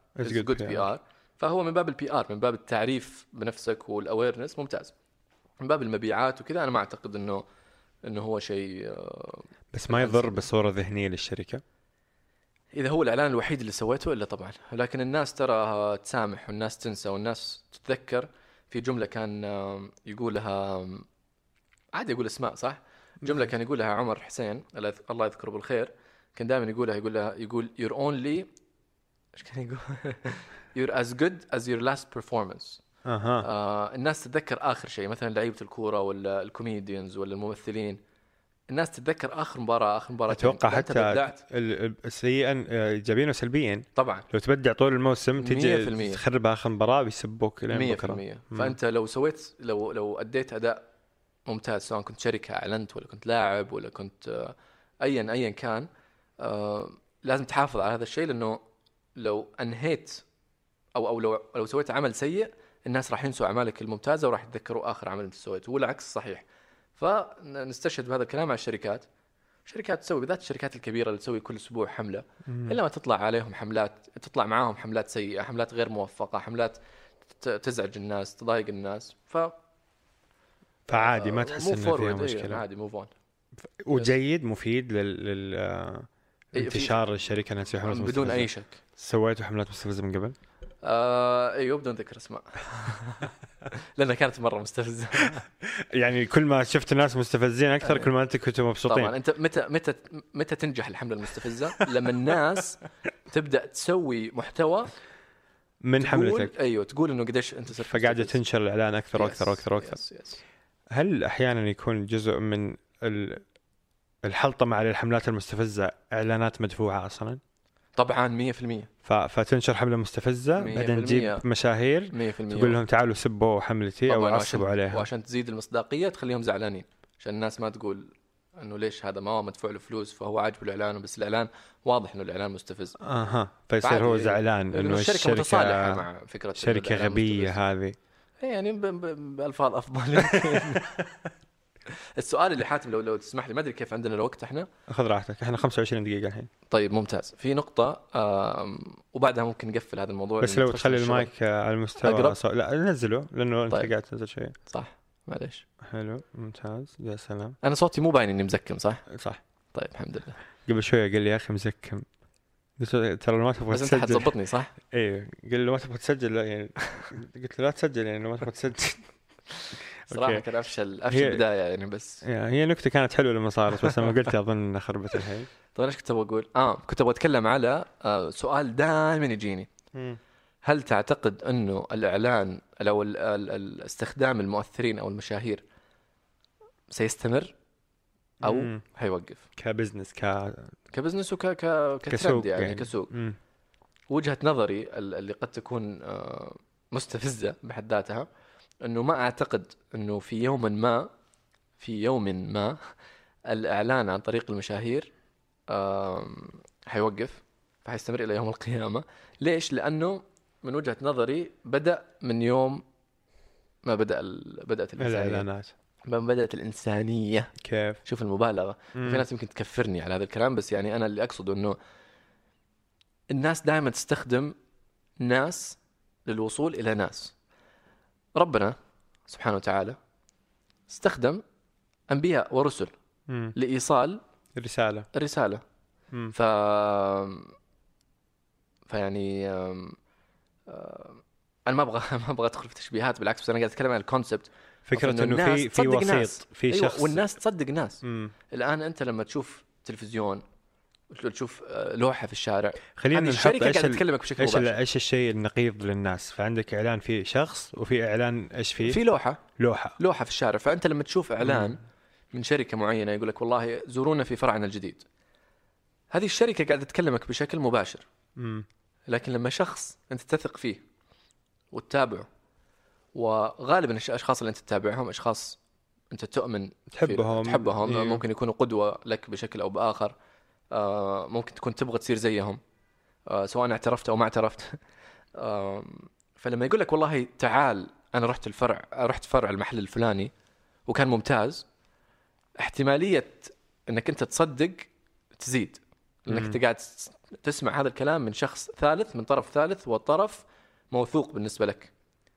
is good بي آر. فهو من باب البي آر، من باب التعريف بنفسك والأويرنس ممتاز. من باب المبيعات وكذا أنا ما أعتقد إنه إنه هو شيء بس ما يضر بصورة ذهنية للشركة إذا هو الإعلان الوحيد اللي سويته إلا طبعا. لكن الناس ترى تسامح والناس تنسى والناس تتذكر. في جملة كان يقولها عادي يقول اسماء صح، جملة كان يقولها عمر حسين الله يذكره بالخير، كان دائما يقولها يقولها يقول you're only إيش كان يقول you're as good as your last performance. أها. آه الناس تتذكر آخر شيء، مثلا لعيبة الكورة ولا الكوميديانز ولا الممثلين، الناس تتذكر آخر مباراة آخر مباراة. أتوقع حتى سيئا إيجابيا وسلبيا طبعا. لو تبدع طول الموسم تيجي تخرب آخر مباراة بيسبوك مية في المية. فأنت لو سويت لو لو أديت أداء ممتاز سواء كنت شركة أعلنت ولا كنت لاعب ولا كنت آه أيا أيا كان، آه لازم تحافظ على هذا الشيء، لأنه لو أنهيت أو أو لو لو سويت عمل سيء الناس راح ينسوا أعمالك الممتازة وراح يتذكروا آخر عمل أنت سويته، والعكس صحيح. فنستشهد بهذا الكلام على الشركات. شركات تسوي بالذات الشركات الكبيرة اللي تسوي كل أسبوع حملة، إلا ما تطلع عليهم حملات تطلع معاهم حملات سيئة، حملات غير موفقة، حملات تزعج الناس تضايق الناس. ف فعادي ما تحس إنه فيها مشكلة. عادي move on. وجيد مفيد لل, لل... انتشار الشركة نفسها حملات بدون مستفزة. أي شك. سويتوا حملات مستفزة من قبل؟ آه ايوه بدون ذكر اسماء لأنها كانت مرة مستفزة. يعني كل ما شفت ناس مستفزين أكثر كل ما أنت كنت مبسوطين. طبعا أنت متى متى متى تنجح الحملة المستفزة؟ لما الناس تبدأ تسوي محتوى من حملتك. أيوة تقول إنه قديش أنت صرت فقاعدة تنشر الإعلان أكثر وأكثر وأكثر وأكثر. يس يس. هل أحيانا يكون جزء من الحلطمة على الحملات المستفزة إعلانات مدفوعة أصلا؟ طبعا مية في المية. فتنشر حملة مستفزة بعدين تجيب مشاهير مية في المية. تقول لهم تعالوا سبوا حملتي أو عصبوا عليها، وعشان تزيد المصداقية تخليهم زعلانين، عشان الناس ما تقول إنه ليش هذا ما هو مدفوع له فلوس فهو عاجبه الإعلان، بس الإعلان واضح إنه الإعلان مستفز. أها. فيصير هو زعلان إنه الشركة, الشركة متصالحة مع فكرة شركة غبية هذه. يعني بألفاظ أفضل. السؤال اللي حاتم لو لو تسمح لي، ما أدري كيف عندنا الوقت إحنا. أخذ راحتك، إحنا خمسة وعشرين دقيقة الحين. طيب ممتاز. في نقطة وبعدها ممكن نقفل هذا الموضوع. بس لو تخلي المايك على المستوى صو... لا نزله لأنه أنت طيب. قاعد تنزل شيء. صح معليش. حلو ممتاز يا سلام. أنا صوتي مو باين إني مزكم صح؟ صح. طيب الحمد لله. قبل شوية قال لي يا أخي مزكم، قلت له ترى ما تبغى تسجل. بس أنت حتضبطني صح؟ إيه قال له ما تبغى تسجل يعني قلت له لا تسجل يعني ما تبغى تسجل. صراحة كان أفشل أفشل بداية يعني، بس هي نكتة كانت حلوة لما صارت بس لما قلت أظن خربت الحين. طيب إيش كنت أبغى أقول؟ آه كنت أبغى أتكلم على آه سؤال دائما يجيني. م. هل تعتقد إنه الإعلان أو ال ال ال استخدام المؤثرين أو المشاهير سيستمر أو م. هيوقف كبزنس ك كبزنس وك ك كترند يعني, يعني كسوق؟ م. وجهة نظري اللي قد تكون آه مستفزة بحد ذاتها، إنه ما أعتقد إنه في يوم ما في يوم ما الإعلان عن طريق المشاهير حيوقف، فحيستمر إلى يوم القيامة. ليش؟ لأنه من وجهة نظري بدأ من يوم ما بدأ ال... بدأت الإعلانات، ما بدأت الإنسانية. كيف؟ شوف المبالغة. في ناس يمكن تكفرني على هذا الكلام، بس يعني أنا اللي أقصده إنه الناس دائما تستخدم ناس للوصول إلى ناس. ربنا سبحانه وتعالى استخدم أنبياء ورسل م. لإيصال الرسالة الرسالة م. ف فيعني أم... أم... أنا ما أبغى ما أبغى أدخل في تشبيهات، بالعكس، بس أنا قاعد أتكلم عن الكونسبت، فكرة إنه في في وسيط في شخص. أيوة، والناس تصدق ناس. م. الآن أنت لما تشوف تلفزيون تشوف لوحة في الشارع، خلينا نحط الشركة قاعدة تكلمك بشكل إيش مباشر. إيش الشيء النقيض للناس؟ فعندك إعلان في شخص وفي إعلان إيش فيه؟ في لوحة لوحة لوحة في الشارع. فأنت لما تشوف إعلان م. من شركة معينة يقول لك والله زورونا في فرعنا الجديد، هذه الشركة قاعدة تكلمك بشكل مباشر. م. لكن لما شخص أنت تثق فيه وتتابعه، وغالبا الأشخاص اللي أنت تتابعهم أشخاص أنت تؤمن تحبهم تحبهم إيه. ممكن يكونوا قدوة لك بشكل أو بآخر، آه ممكن تكون تبغى تصير زيهم، آه سواء اعترفت أو ما اعترفت. آه فلما يقول لك والله تعال أنا رحت الفرع رحت فرع المحل الفلاني وكان ممتاز، احتمالية أنك أنت تصدق تزيد. لأنك أنت قاعد تسمع هذا الكلام من شخص ثالث، من طرف ثالث، وطرف موثوق بالنسبة لك.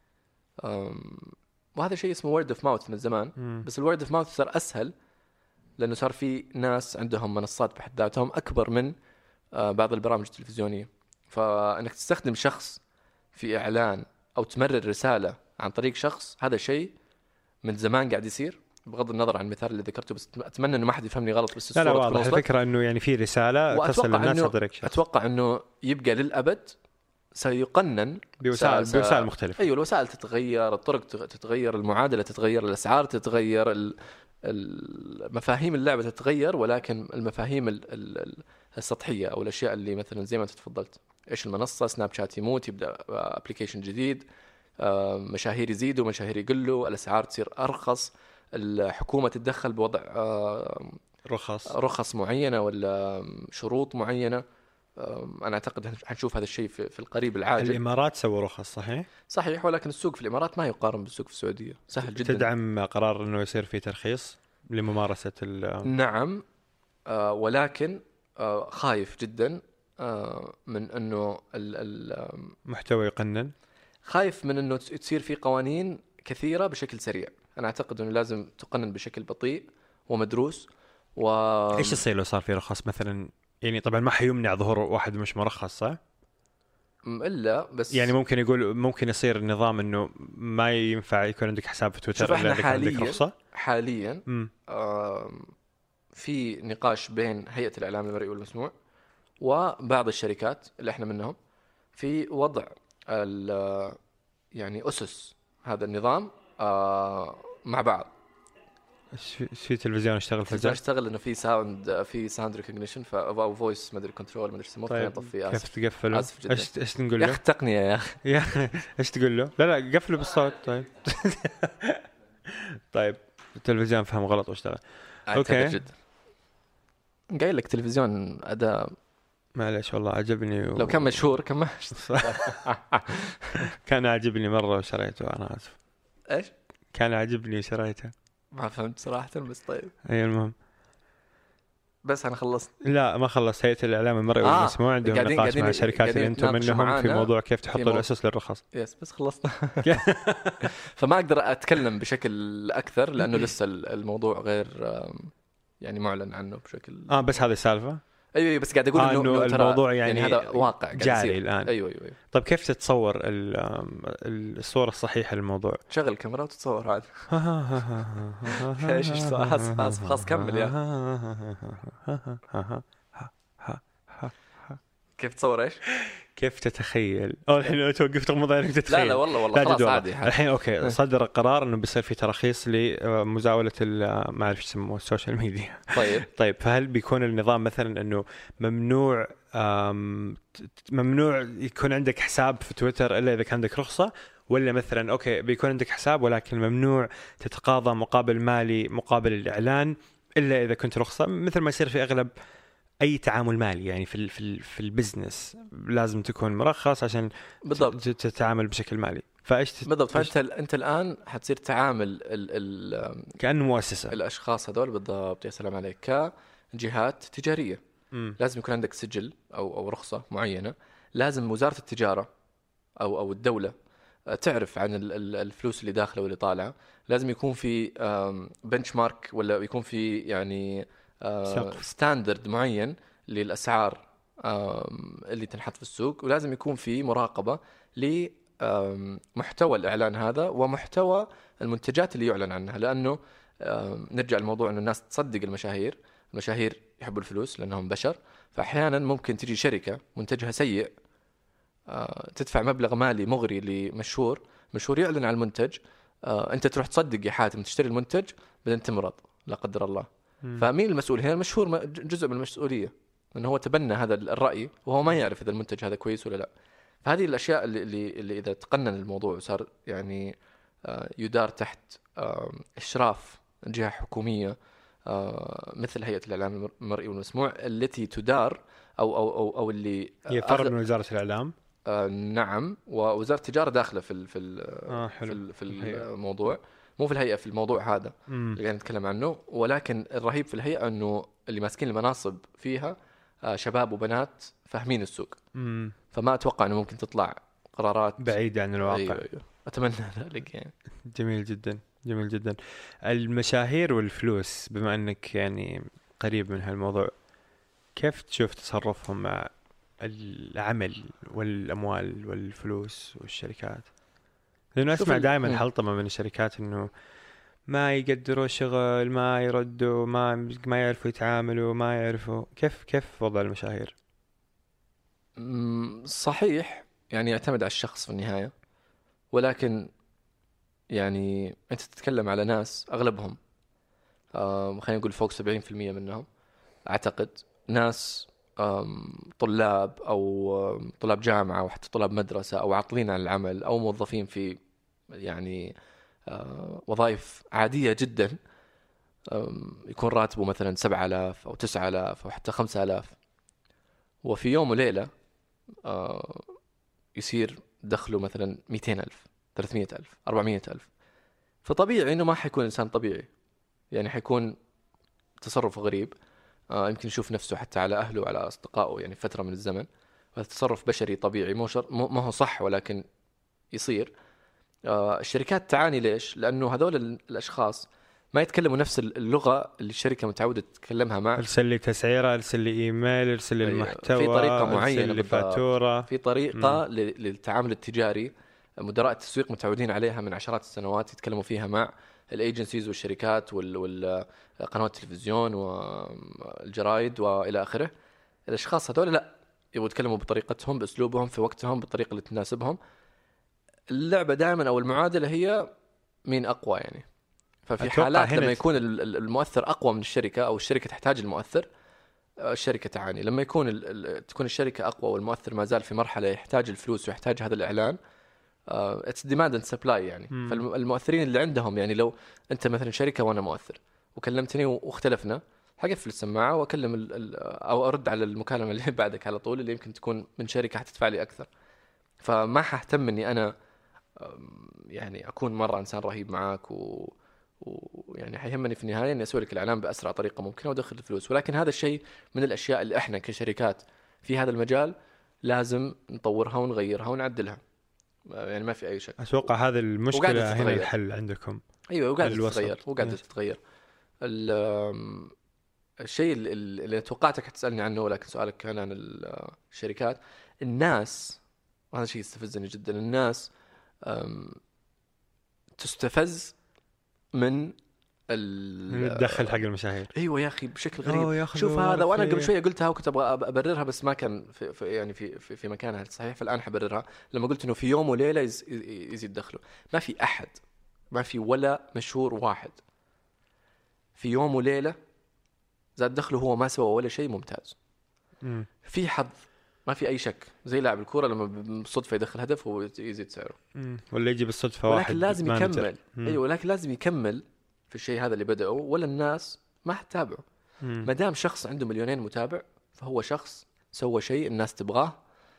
وهذا شيء اسمه word of mouth من زمان. مم. بس الword of mouth صار أسهل لأنه صار في ناس عندهم منصات بحد ذاتهم أكبر من بعض البرامج التلفزيونية. فإنك تستخدم شخص في إعلان أو تمرر رسالة عن طريق شخص، هذا شيء من زمان قاعد يصير، بغض النظر عن المثال اللي ذكرته. بس أتمنى إنه ما حد يفهمني غلط. بس لا لا واضح الفكرة إنه يعني في رسالة تصل للناس عن طريق شخص. أتوقع إنه يبقى للأبد سيقنن بوسائل س... بوسائل مختلفة. أيوة الوسائل تتغير، الطرق تتغير، المعادلة تتغير، الأسعار تتغير، المفاهيم اللعبة تتغير، ولكن المفاهيم ال... ال... السطحية أو الأشياء اللي مثلا زي ما تفضلت، إيش المنصة، سناب شات يموت يبدأ أبليكيشن جديد، مشاهير يزيدوا مشاهير يقلوا، الأسعار تصير أرخص، الحكومة تتدخل بوضع رخص رخص معينة ولا شروط معينة. أنا أعتقد حنشوف هذا الشيء في القريب العاجل. الإمارات سووا رخص صحيح؟ صحيح، ولكن السوق في الإمارات ما يقارن بالسوق في السعودية، سهل جدا. تدعم قرار إنه يصير في ترخيص لممارسة ال نعم، آه ولكن آه خايف جدا آه من إنه المحتوى يقنن، خايف من إنه تصير في قوانين كثيرة بشكل سريع. أنا أعتقد إنه لازم تقنن بشكل بطيء ومدروس. و إيش يصير لو صار في رخص مثلا؟ يعني طبعا ما حيمنع ظهور واحد مش مرخص صح؟ إلا بس يعني ممكن يقول ممكن يصير النظام إنه ما ينفع يكون عندك حساب في تويتر إلا إذا عندك رخصة. حاليا آه في نقاش بين هيئة الإعلام المرئي والمسموع وبعض الشركات اللي إحنا منهم في وضع يعني أسس هذا النظام آه مع بعض. في تلفزيون اشتغل في الجهاز اشتغل انه في ساوند في ساوند ريكوجنيشن او فويس ما ادري كنترول ما ادري اسمه. طيب يطفي. كيف تقفله؟ ايش ايش نقول له يا اخي التقنيه يا اخي يا اخي ايش تقول له؟ لا لا قفله بالصوت. طيب طيب التلفزيون فهم غلط واشتغل. اوكي جدا. قايل لك تلفزيون اداء معلش والله عجبني و... لو كان مشهور كان ما كان عجبني مره وشريته. انا اسف. ايش كان عجبني وشريته؟ ما فهمت صراحة بس طيب. أي المهم بس أنا خلصت. لا ما خلص. هيئة الإعلام المرئي آه. والمسموع عندهم نقاش مع الشركات اللي أنتم منهم في موضوع كيف تحطوا مو... الأسس للرخص. يس بس خلصت. فما أقدر أتكلم بشكل أكثر لأنه لسه الموضوع غير يعني معلن عنه بشكل. آه بس هذه السالفة. ايوه بس قاعد اقول آه انه الموضوع يعني, يعني هذا واقع جاري الان. ايوه ايوه, أيوة. طيب كيف تتصور الصوره الصحيحه للموضوع؟ شغل الكاميرا وتتصور عاد. ايش ايش خلاص كمل يا كيف تصور ايش كيف تتخيل؟ أو الحين توقف تغمض عينك تتخيل. لا لا والله والله خلاص عادي. الحين أوكي صدر قرار إنه بيصير في تراخيص لمزاولة ما أعرف يسموه السوشيال ميديا. طيب طيب فهل بيكون النظام مثلا إنه ممنوع ممنوع يكون عندك حساب في تويتر إلا إذا كان عندك رخصة، ولا مثلا أوكي بيكون عندك حساب ولكن ممنوع تتقاضى مقابل مالي مقابل الإعلان إلا إذا كنت رخصة، مثل ما يصير في أغلب اي تعامل مالي يعني في في في البزنس لازم تكون مرخص عشان بالضبط تتعامل بشكل مالي. فايش بالضبط. فانت انت الان حتصير تعامل ال ال كأنه مؤسسه الاشخاص هذول. بالضبط يا سلام عليك. كجهات تجاريه م. لازم يكون عندك سجل او او رخصه معينه. لازم وزاره التجاره او او الدوله تعرف عن الفلوس اللي داخله واللي طالعه. لازم يكون في بنش مارك ولا يكون في يعني ستاندرد معين للأسعار اللي تنحط في السوق. ولازم يكون في مراقبة لمحتوى الإعلان هذا ومحتوى المنتجات اللي يعلن عنها. لأنه نرجع الموضوع أنه الناس تصدق المشاهير. المشاهير يحبوا الفلوس لأنهم بشر. فأحيانا ممكن تجي شركة منتجها سيء تدفع مبلغ مالي مغري لمشهور مشهور يعلن عن المنتج. أنت تروح تصدق يا حاتم تشتري المنتج بعدين تمرض لا قدر الله. فمين المسؤول هنا؟ المشهور جزء من المسؤولية لأنه هو تبنى هذا الرأي وهو ما يعرف إذا المنتج هذا كويس ولا لا. فهذه الأشياء اللي, اللي, اللي إذا تقنن الموضوع وصار يعني يدار تحت إشراف جهة حكومية مثل هيئة الإعلام المرئي والمسموع التي تدار أو أو أو, أو اللي هي فرع من وزارة الإعلام. آه نعم. ووزارة التجارة داخلة في ال في ال آه في, في الموضوع مو في الهيئة في الموضوع هذا مم. اللي قاعد نتكلم عنه. ولكن الرهيب في الهيئة أنه اللي ماسكين المناصب فيها آه شباب وبنات فاهمين السوق. مم. فما اتوقع انه ممكن تطلع قرارات بعيدة عن الواقع. أيوة أيوة. اتمنى ذلك يعني. جميل جدا جميل جدا. المشاهير والفلوس، بما انك يعني قريب من هالموضوع، كيف تشوف تصرفهم مع العمل والاموال والفلوس والشركات؟ لانه اسمع دائما حلطمة من الشركات انه ما يقدروا شغل، ما يردوا، ما ما يعرفوا يتعاملوا، ما يعرفوا. كيف كيف وضع المشاهير؟ صحيح، يعني يعتمد على الشخص في النهاية، ولكن يعني أنت تتكلم على ناس أغلبهم خلينا نقول فوق سبعين في المية منهم أعتقد ناس طلاب أو طلاب جامعة وحتى طلاب مدرسة أو عاطلين عن العمل أو موظفين في يعني وظائف عادية جدا، يكون راتبه مثلا سبعة آلاف أو تسعة آلاف أو حتى خمسة آلاف، وفي يوم وليلة يصير دخله مثلا مئتين ألف، ثلاثمئة ألف، أربعمئة ألف. فطبيعي إنه ما حيكون إنسان طبيعي، يعني حيكون تصرف غريب. آه يمكن يشوف نفسه حتى على أهله وعلى أصدقائه يعني فترة من الزمن، وهذا تصرف بشري طبيعي، مو شر... ما هو صح ولكن يصير. آه الشركات تعاني ليش؟ لأنه هذول الأشخاص ما يتكلموا نفس اللغة اللي الشركة متعودة تتكلمها معه. ارسل لي تسعيرة، ارسل لي إيميل، ارسل لي المحتوى في طريقة معينة، ارسل لي فاتورة، في طريقة م. للتعامل التجاري مدراء التسويق متعودين عليها من عشرات السنوات، يتكلموا فيها مع الايجنسيز والشركات والقنوات التلفزيون والجرايد والى اخره. الاشخاص هذول لا، يبغوا يتكلموا بطريقتهم، باسلوبهم، في وقتهم، بالطريقه اللي تناسبهم. اللعبه دائما او المعادله هي مين اقوى يعني. ففي حالات لما يكون المؤثر اقوى من الشركه او الشركه تحتاج المؤثر، الشركه تعاني. لما يكون تكون الشركه اقوى والمؤثر ما زال في مرحله يحتاج الفلوس ويحتاج هذا الاعلان، اتس ديماند اند سبلاي يعني. مم. فالمؤثرين اللي عندهم يعني لو انت مثلا شركه وانا مؤثر وكلمتني واختلفنا، حقفل السماعه واكلم ال ال او ارد على المكالمه اللي بعدك على طول، اللي يمكن تكون من شركه حتدفع لي اكثر. فما حاهتم اني انا يعني اكون مره انسان رهيب معاك و ويعني حيهمني في النهايه اني اسوي لك الاعلان باسرع طريقه ممكنه وادخل الفلوس. ولكن هذا الشيء من الاشياء اللي احنا كشركات في هذا المجال لازم نطورها ونغيرها ونعدلها، يعني ما في أي شك. أتوقع هذه المشكلة هنا الحل عندكم. أيوة، وقاعدة تتغير وقاعدة تتغير. الشيء اللي توقعتك تسألني عنه، ولكن سؤالك كان عن الشركات. الناس، وهذا شيء يستفزني جدا، الناس تستفز من الدخل حق المشاهير. ايوه يا اخي بشكل غريب. شوف هذا، وانا قبل شويه قلتها وكنت ابغى ابررها بس ما كان في, في يعني في في, في مكانها الصحيح، فالان حبررها. لما قلت انه في يوم وليله يزيد دخله، ما في احد، ما في ولا مشهور واحد في يوم وليله زاد دخله هو ما سوى ولا شيء ممتاز. م. في حظ، ما في اي شك، زي لاعب الكوره لما بالصدفه يدخل هدف ويزيد سعره، م. ولا يجي بالصدفه ولكن واحد لازم يكمل. ايوه ولكن لازم يكمل في الشيء هذا اللي بدأه، ولا الناس ما حتتابعه. ما دام شخص عنده مليونين متابع فهو شخص سوى شيء الناس تبغاه،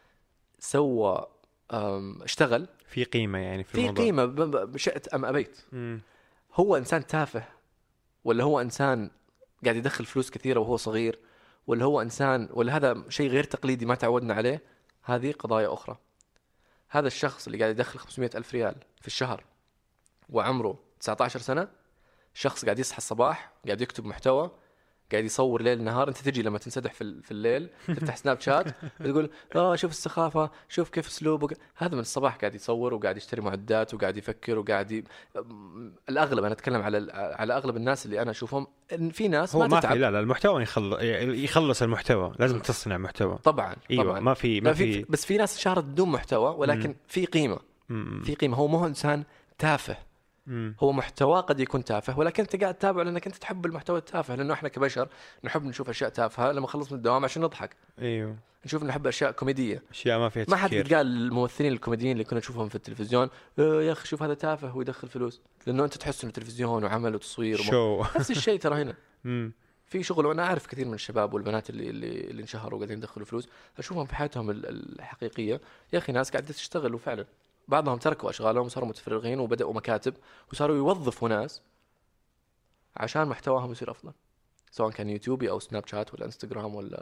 سوى اشتغل في قيمة يعني في, في الموضوع. قيمة بشأت أم أبيت. مم. هو إنسان تافه ولا هو إنسان قاعد يدخل فلوس كثيرة وهو صغير، ولا هو إنسان، ولا هذا شيء غير تقليدي ما تعودنا عليه، هذه قضايا أخرى. هذا الشخص اللي قاعد يدخل خمسمئة ألف ريال في الشهر وعمره تسعة عشر سنة، شخص قاعد يصحى الصباح، قاعد يكتب محتوى، قاعد يصور ليل نهار. انت تجي لما تنسدح في في الليل تفتح سناب شات تقول اه شوف السخافه، شوف كيف اسلوبه. هذا من الصباح قاعد يصور وقاعد يشتري معدات وقاعد يفكر وقاعد ي... الاغلب انا اتكلم على على اغلب الناس اللي انا اشوفهم، ان في ناس ما, ما تتعب. لا لا المحتوى يخلص يخلص المحتوى، لازم تصنع محتوى. طبعا أيوة طبعا ما في ما في بس في ناس شهرت بدون محتوى، ولكن م. في قيمه م. في قيمه. هو مو انسان تافه، مم. هو محتوى قد يكون تافه، ولكن انت قاعد تتابعه لانك انت تحب المحتوى التافه، لانه احنا كبشر نحب نشوف اشياء تافهه لما نخلص من الدوام عشان نضحك. ايوه نشوف نحب اشياء كوميديه، اشياء ما فيها تفكير. ما حد قال الممثلين الكوميديين اللي كنا نشوفهم في التلفزيون يا اخي شوف هذا تافه ويدخل فلوس، لانه انت تحس انه تلفزيون وعمل وتصوير شو نفس الشيء ترى هنا في شغل. وانا اعرف كثير من الشباب والبنات اللي اللي, اللي انشهروا وقاعدين يدخلوا فلوس، اشوفهم في حياتهم الحقيقيه يا اخي ناس قاعده تشتغل، وفعلا بعضهم تركوا أشغالهم وصاروا متفرغين وبدأوا مكاتب وصاروا يوظفوا ناس عشان محتواهم يصير أفضل، سواء كان يوتيوبي أو سناب شات ولا إنستغرام ولا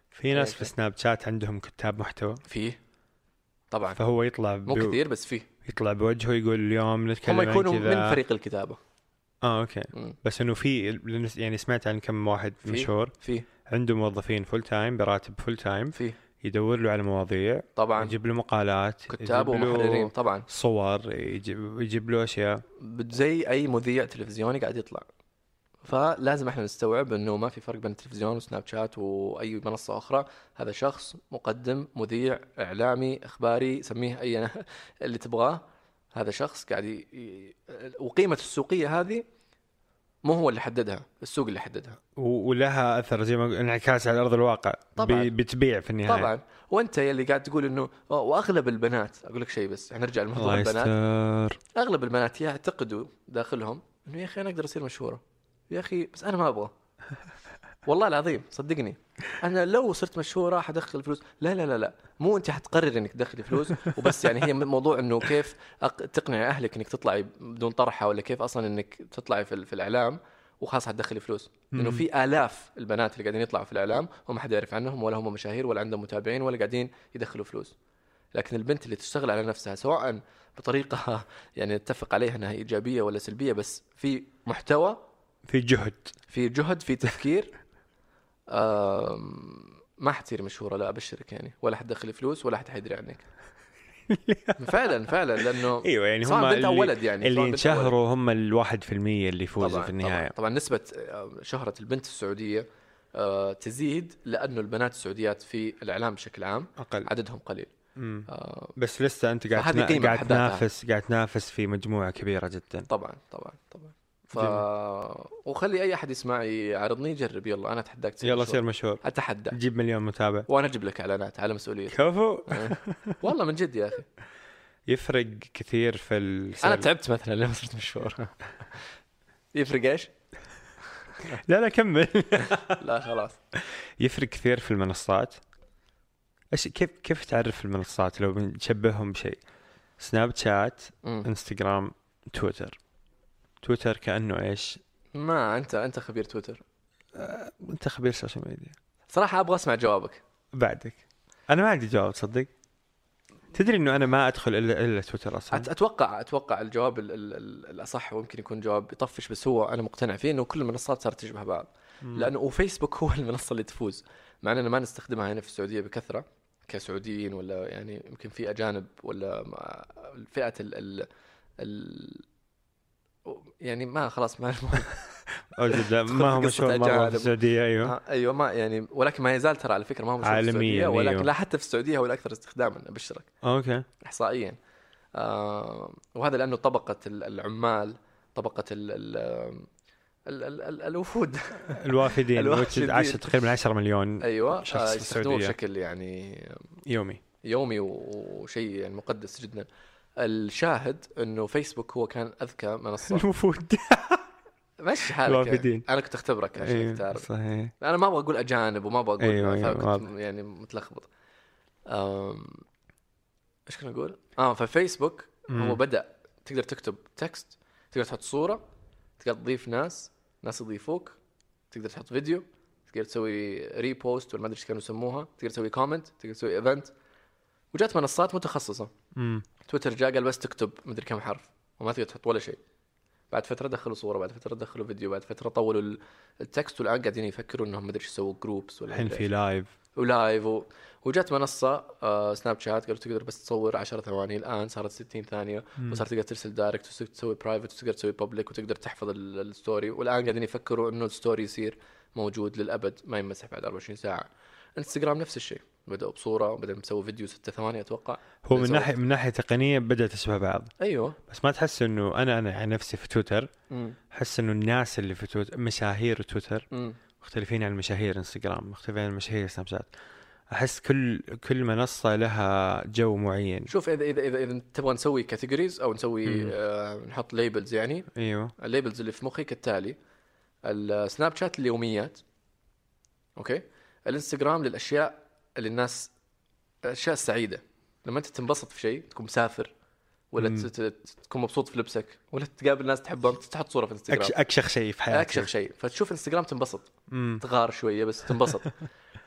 في ناس في سناب شات عندهم كتاب محتوى فيه طبعا، فهو يطلع مو بو... كثير بس فيه يطلع بوجهه يقول اليوم نتكلم هم عن يكونوا كذا. من فريق الكتابة. اه اوكي. مم. بس انه في يعني سمعت عن كم واحد فيه. مشهور فيه عنده موظفين فول تايم براتب فول تايم، فيه يدور له على مواضيع، طبعا يجيب له مقالات، كتاب يجيب له ومحررين طبعا، صور، يجيب, يجيب له اشياء زي اي مذيع تلفزيوني قاعد يطلع. فلازم احنا نستوعب انه ما في فرق بين التلفزيون وسناب شات واي منصة اخرى. هذا شخص مقدم، مذيع، اعلامي، اخباري، سميه اي اللي تبغاه. هذا شخص قاعد ي... ي... وقيمة السوقية هذه مو هو اللي حددها، السوق اللي حددها، ولها اثر زي ما انعكاس على ارض الواقع. طبعا بتبيع في النهايه طبعا. وانت يلي قاعد تقول انه واغلب البنات، اقول لك شيء بس نرجع لموضوع البنات. يستر. اغلب البنات يعتقدوا داخلهم انه يا اخي انا اقدر اصير مشهوره، يا اخي بس انا ما ابغى. والله العظيم صدقني، انا لو صرت مشهوره حدخل فلوس. لا لا لا لا، مو انت حتقرر انك تدخلي فلوس وبس. يعني هي موضوع انه كيف تقنعي اهلك انك تطلعي بدون طرحه، ولا كيف اصلا انك تطلعي في, في الاعلام وخلاص حتدخلي فلوس. لانه في آلاف البنات اللي قاعدين يطلعوا في الاعلام وما حد يعرف عنهم، ولا هم مشاهير، ولا عندهم متابعين، ولا قاعدين يدخلوا فلوس. لكن البنت اللي تشتغل على نفسها سواء بطريقه يعني نتفق عليها انها ايجابيه ولا سلبيه، بس في محتوى، في جهد، في جهد، في تفكير، ما حتصير مشهورة. لا أبشرك يعني، ولا حتدخلي فلوس، ولا حد حيدري عنك. فعلا فعلا. لأنه ايوه يعني هم بنت اللي, أو ولد يعني اللي ينشهروا هم الواحد في المية اللي يفوزوا في النهاية. طبعا, طبعا نسبة شهرة البنت السعودية تزيد لأنه البنات السعوديات في الإعلام بشكل عام أقل، عددهم قليل. آه بس لسه أنت قاعد تنا... قاعد تنافس قاعد تنافس في مجموعة كبيرة جدا. طبعا طبعا طبعا. ف... وخلي اي احد يسمع يعرضني يجرب. يلا انا اتحداك تصير يلا مشهور. صير مشهور، اتحدى جيب مليون متابع وانا اجيب لك اعلانات على مسؤوليتي. كفو. والله من جد يا اخي يفرق كثير في السل... انا تعبت مثلا لما صرت مشهور. يفرق ايش؟ لا لا كمل. لا خلاص. يفرق كثير في المنصات. ايش كيف كيف تعرف المنصات لو بنشبههم بشيء؟ سناب شات، م. انستغرام، تويتر. تويتر كأنه إيش؟ ما أنت أنت خبير تويتر. أه، أنت خبير سوشيال ميديا. صراحة أبغى أسمع جوابك. بعدك. أنا ما عندي جواب تصدق. تدري إنه أنا ما أدخل إلا إلا تويتر أصلاً. أتوقع أتوقع الجواب ال ال ال الأصح، ويمكن يكون جواب يطفش، بس هو أنا مقتنع فيه إنه كل المنصات صارت تشبه بعض. م. لأنه وفيسبوك هو المنصة اللي تفوز، مع أننا ما نستخدمها هنا في السعودية بكثرة كسعوديين، ولا يعني يمكن في أجانب، ولا فئة ال ال ال يعني ما خلاص ما أوجد ما هو مشهور مرة في السعودية. أيوة آه أيوة ما يعني، ولكن ما يزال ترى على فكرة ما هو مشهور في السعودية، ولكن أيوة. لا حتى في السعودية هو الأكثر استخداما أبشرك. أوكي. إحصائيا. آه وهذا لأنه طبقة العمال، طبقة ال ال ال ال ال الوفود الوافدين عشرة تقريبا عشرة مليون. أيوة شخص آه في السعودية بشكل يعني يومي يومي وشيء يعني مقدس جدا. الشاهد انه فيسبوك هو كان اذكى منصه. الوفود ماشي حالك. انا كنت اختبرك عشان أيوة تعرف. صحيح. انا ما ابغى اقول اجانب وما ابغى اقول أيوة أيوة يعني متلخبط. ايش كنا نقول؟ اه ففيسبوك هو بدا تقدر تكتب تكست، تقدر تحط صوره، تقدر تضيف ناس ناس يضيفوك، تقدر تحط فيديو، تقدر تسوي ريبوست ولا ما ادري ايش كانوا يسموها، تقدر تسوي كومنت، تقدر تسوي ايفنت. وجات منصات متخصصه. مم. تويتر جاء قال بس تكتب مدري كم حرف وما تقدر تحط ولا شيء. بعد فتره دخلوا صوره، بعد فتره دخلوا فيديو، بعد فتره طولوا التكست، والان قاعدين يفكروا انهم مدري ايش يسووا جروبس ولا الحين في لايف ولايف و... وجات منصه آه سناب شات قالوا تقدر بس تصور عشر ثواني، الان صارت ستين ثانيه. مم. وصارت تقدر ترسل دايركت وتسوي برايفت وتقدر تسوي بابليك وتقدر تحفظ الستوري. والان قاعدين يفكروا انه الستوري يصير موجود للابد ما يمسح بعد أربعة وعشرين ساعه. انستغرام نفس الشيء، بدأوا بصورة وبدأ مسوي فيديو ستة ثواني أتوقع. هو من ناحية من ناحية تقنية بدأت تشبه بعض. أيوة. بس ما تحس إنه أنا أنا عن نفسي في تويتر أحس إنه الناس اللي في تويتر مشاهير تويتر م. مختلفين عن مشاهير انستغرام، مختلفين عن مشاهير سناب شات. أحس كل كل منصة لها جو معين. شوف إذا إذا إذا, إذا تبغى نسوي كاتيجوريز أو نسوي آه نحط ليبلز يعني. أيوة. الليبلز اللي في مخي كالتالي: السناب شات اليوميات، أوكي، الانستغرام للأشياء اللي الناس الأشياء السعيدة، لما أنت تنبسط في شيء، تكون مسافر ولا تكون مبسوط في لبسك ولا تقابل ناس تحبهم، تحط صورة في انستغرام. أكشخ شيء في حياتك، أكشخ شيء، فتشوف انستغرام تنبسط، مم. تغار شوية بس تنبسط.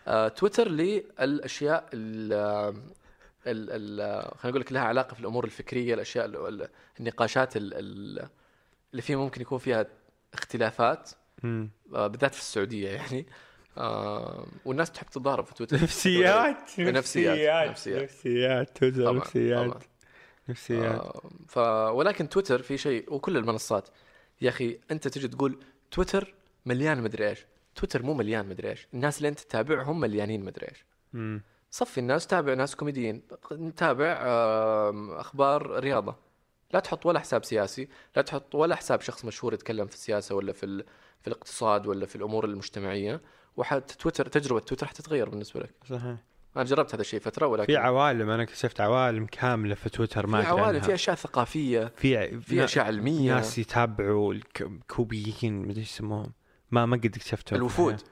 آه تويتر للاشياء ال ال خلينا نقول لك لها علاقه في الامور الفكريه، الاشياء ال النقاشات ال ال اللي فيها ممكن يكون فيها اختلافات آه بالذات في السعوديه يعني. آه والناس تحب تتضارب في تويتر. نفسيات نفسيات نفسيات نفسيات تويتر نفسيات نفسيات آه ف ولكن تويتر في شيء، وكل المنصات يا اخي انت تجي تقول تويتر مليان مدري ايش، تويتر مو مليان مدري ايش، الناس اللي انت تتابعهم مليانين مدري ايش. صفي الناس، تابع ناس كوميديين، نتابع اخبار رياضه، لا تحط ولا حساب سياسي، لا تحط ولا حساب شخص مشهور يتكلم في السياسه ولا في في الاقتصاد ولا في الامور المجتمعيه، وحتى تويتر تجربه تويتر حتتغير بالنسبه لك. صحيح. انا جربت هذا الشيء فتره، ولكن في عوالم، انا اكتشفت عوالم كامله في تويتر ما في عوالم، في اشياء ثقافيه، في في اشياء علميه، ناس يتابعوا الكوبيين مدري يسموهم، ما ما قد اكتشفتهم. الوفود.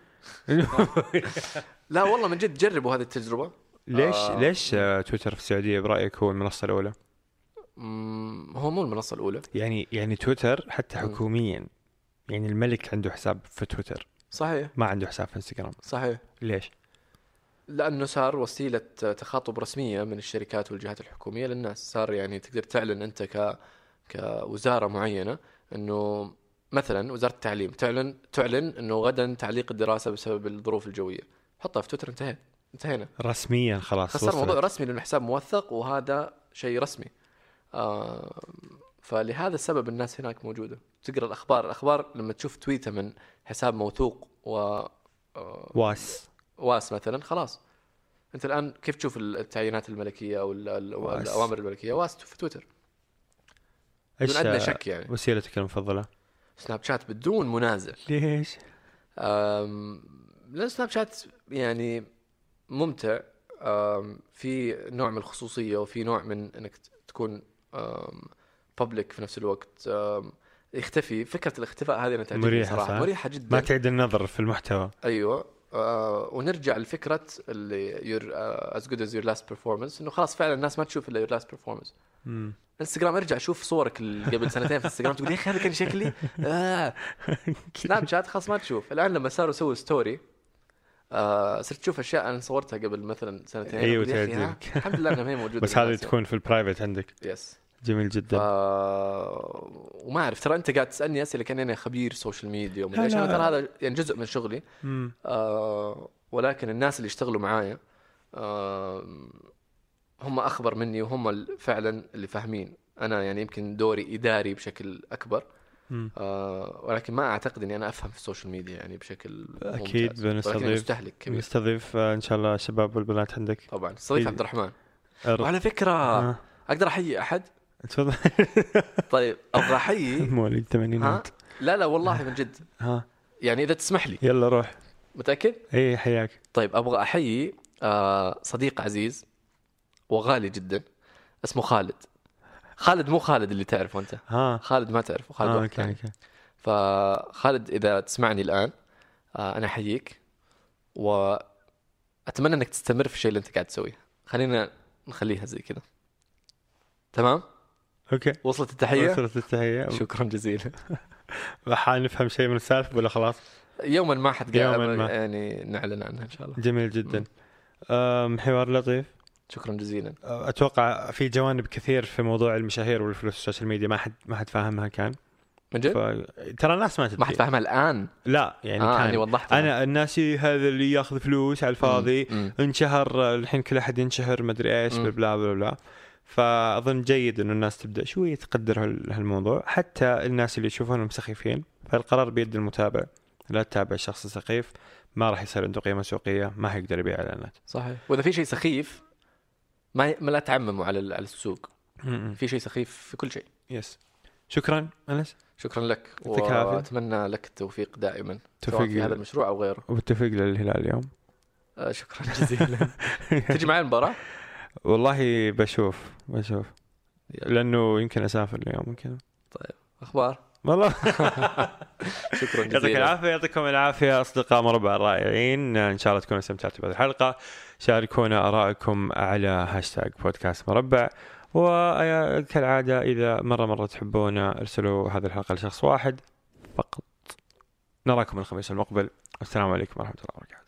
لا والله من جد جربوا هذه التجربه. ليش آه ليش تويتر في السعوديه برايك هو المنصه الاولى؟ هو مو المنصه الاولى يعني يعني تويتر حتى حكوميا، يعني الملك عنده حساب في تويتر. صحيح. ما عنده حساب في انستغرام. صحيح. ليش؟ لأنه صار وسيلة تخاطب رسمية من الشركات والجهات الحكومية للناس. صار يعني تقدر تعلن أنت ك كوزارة معينة إنه مثلا وزارة التعليم تعلن تعلن إنه غدا تعليق الدراسة بسبب الظروف الجوية، حطها في تويتر، انتهينا انتهينا رسميا خلاص. صار موضوع رسمي لأنه حساب موثق وهذا شيء رسمي. آه فلهذا السبب الناس هناك موجودة تقرأ الأخبار. الأخبار لما تشوف تويتر من حساب موثوق و آه واس واس مثلا، خلاص انت الان كيف تشوف التعيينات الملكيه او الاوامر الملكيه؟ واس في تويتر بدون ادنى شك. يعني وسيلتك المفضله؟ سناب شات بدون منازع. ليش؟ أم... لان سناب شات يعني ممتع، أم... في نوع من الخصوصيه وفي نوع من انك تكون بابليك في نفس الوقت. أم... يختفي فكره الاختفاء هذه انا تعجبني صراحه، مريحه جدا، ما تعيد النظر في المحتوى. ايوه. آه ونرجع لفكرة اللي your uh, as good as your last performance، إنه خلاص فعلا الناس ما تشوف إلا your last performance. مم. انستغرام ارجع شوف صورك قبل سنتين في انستغرام تقول يا أخي هذا كان شكلي. آه. سناب شات خلاص ما تشوف. الآن لما صاروا يسووا ستوري آه صرت تشوف أشياء أنا صورتها قبل مثلا سنتين. أيوة تعجبك. الحمد لله أنها ما هي موجودة. بس هذه تكون في البرايفت عندك. يس. جميل جدا. ف... وما أعرف، ترى أنت قاعد تسألني أسئلة كأني أنا خبير سوشيال ميديا ومدري إيش. أنا ترى هذا يعني جزء من شغلي. آه ولكن الناس اللي يشتغلوا معايا آه هم أخبر مني وهم فعلا اللي فاهمين. أنا يعني يمكن دوري إداري بشكل أكبر، آه ولكن ما أعتقد أني أنا أفهم في السوشيال ميديا يعني بشكل أكيد. بنستضيف بنستضيف إن شاء الله الشباب والبنات عندك. طبعا استضيف عبد الرحمن. أر... وعلى فكرة آه. أقدر أحيي أحد؟ تفضل. طيب أبغى أحيي مواليد الثمانينات. لا لا والله من جد. ها يعني إذا تسمح لي. يلا روح. متأكد؟ إيه حياك. طيب أبغى أحيي آه صديق عزيز وغالي جدا اسمه خالد. خالد مو خالد اللي تعرفه أنت. ها. خالد ما تعرفه. خالد آه وقت يعني. فخالد إذا تسمعني الآن آه أنا أحييك وأتمنى أنك تستمر في الشيء اللي أنت قاعد تسويه. خلينا نخليها زي كذا. تمام؟ اوكي. وصلت التحية؟ وصلت التحية. شكرا جزيلا. وحان نفهم شيء من السالفة ولا خلاص؟ يوما ما حد يعني نعلن عنها إن شاء الله. جميل جدا. حوار لطيف. شكرا جزيلا. أتوقع في جوانب كثير في موضوع المشاهير والفلوس السوشيال ميديا ما حد ما حد فاهمها كان. من جد؟ ف... ترى الناس ما تدري. ما حد فاهمها الآن. لا يعني آه كان. أنا وضحت. أنا الناس هذا اللي يأخذ فلوس على الفاضي انشهر الحين كل أحد ينشهر ما أدري إيش بلا بلا بلا. فأظن جيد إنه الناس تبدأ شوي تقدر هالموضوع، حتى الناس اللي يشوفونهم سخيفين. فالقرار بيد المتابع. لا تتابع شخص سخيف ما راح يصير عنده قيمة سوقية، ما هيقدر يبيع إعلانات. صحيح. وإذا في شيء سخيف ما ما لا تعممه على على السوق. م-م. في شيء سخيف في كل شيء. يس. شكرا أنس. شكرا لك وأتمنى لك التوفيق دائما سواء في هذا المشروع أو غيره. وبالتوفيق للهلال اليوم. آه شكرا جزيلا. تجي معي المباراة؟ والله بشوف بشوف لأنه يمكن أسافر اليوم ممكن. طيب أخبار والله. شكرا جزيلا. يعطيك العافية. يعطيكم العافية أصدقاء مربع الرائعين. إن شاء الله تكونوا استمتعتوا بهذه الحلقة. شاركونا آرائكم على هاشتاج بودكاست مربع، وكالعادة إذا مرة مرة تحبونا ارسلوا هذه الحلقة لشخص واحد فقط. نراكم الخميس المقبل. السلام عليكم ورحمة الله وبركاته.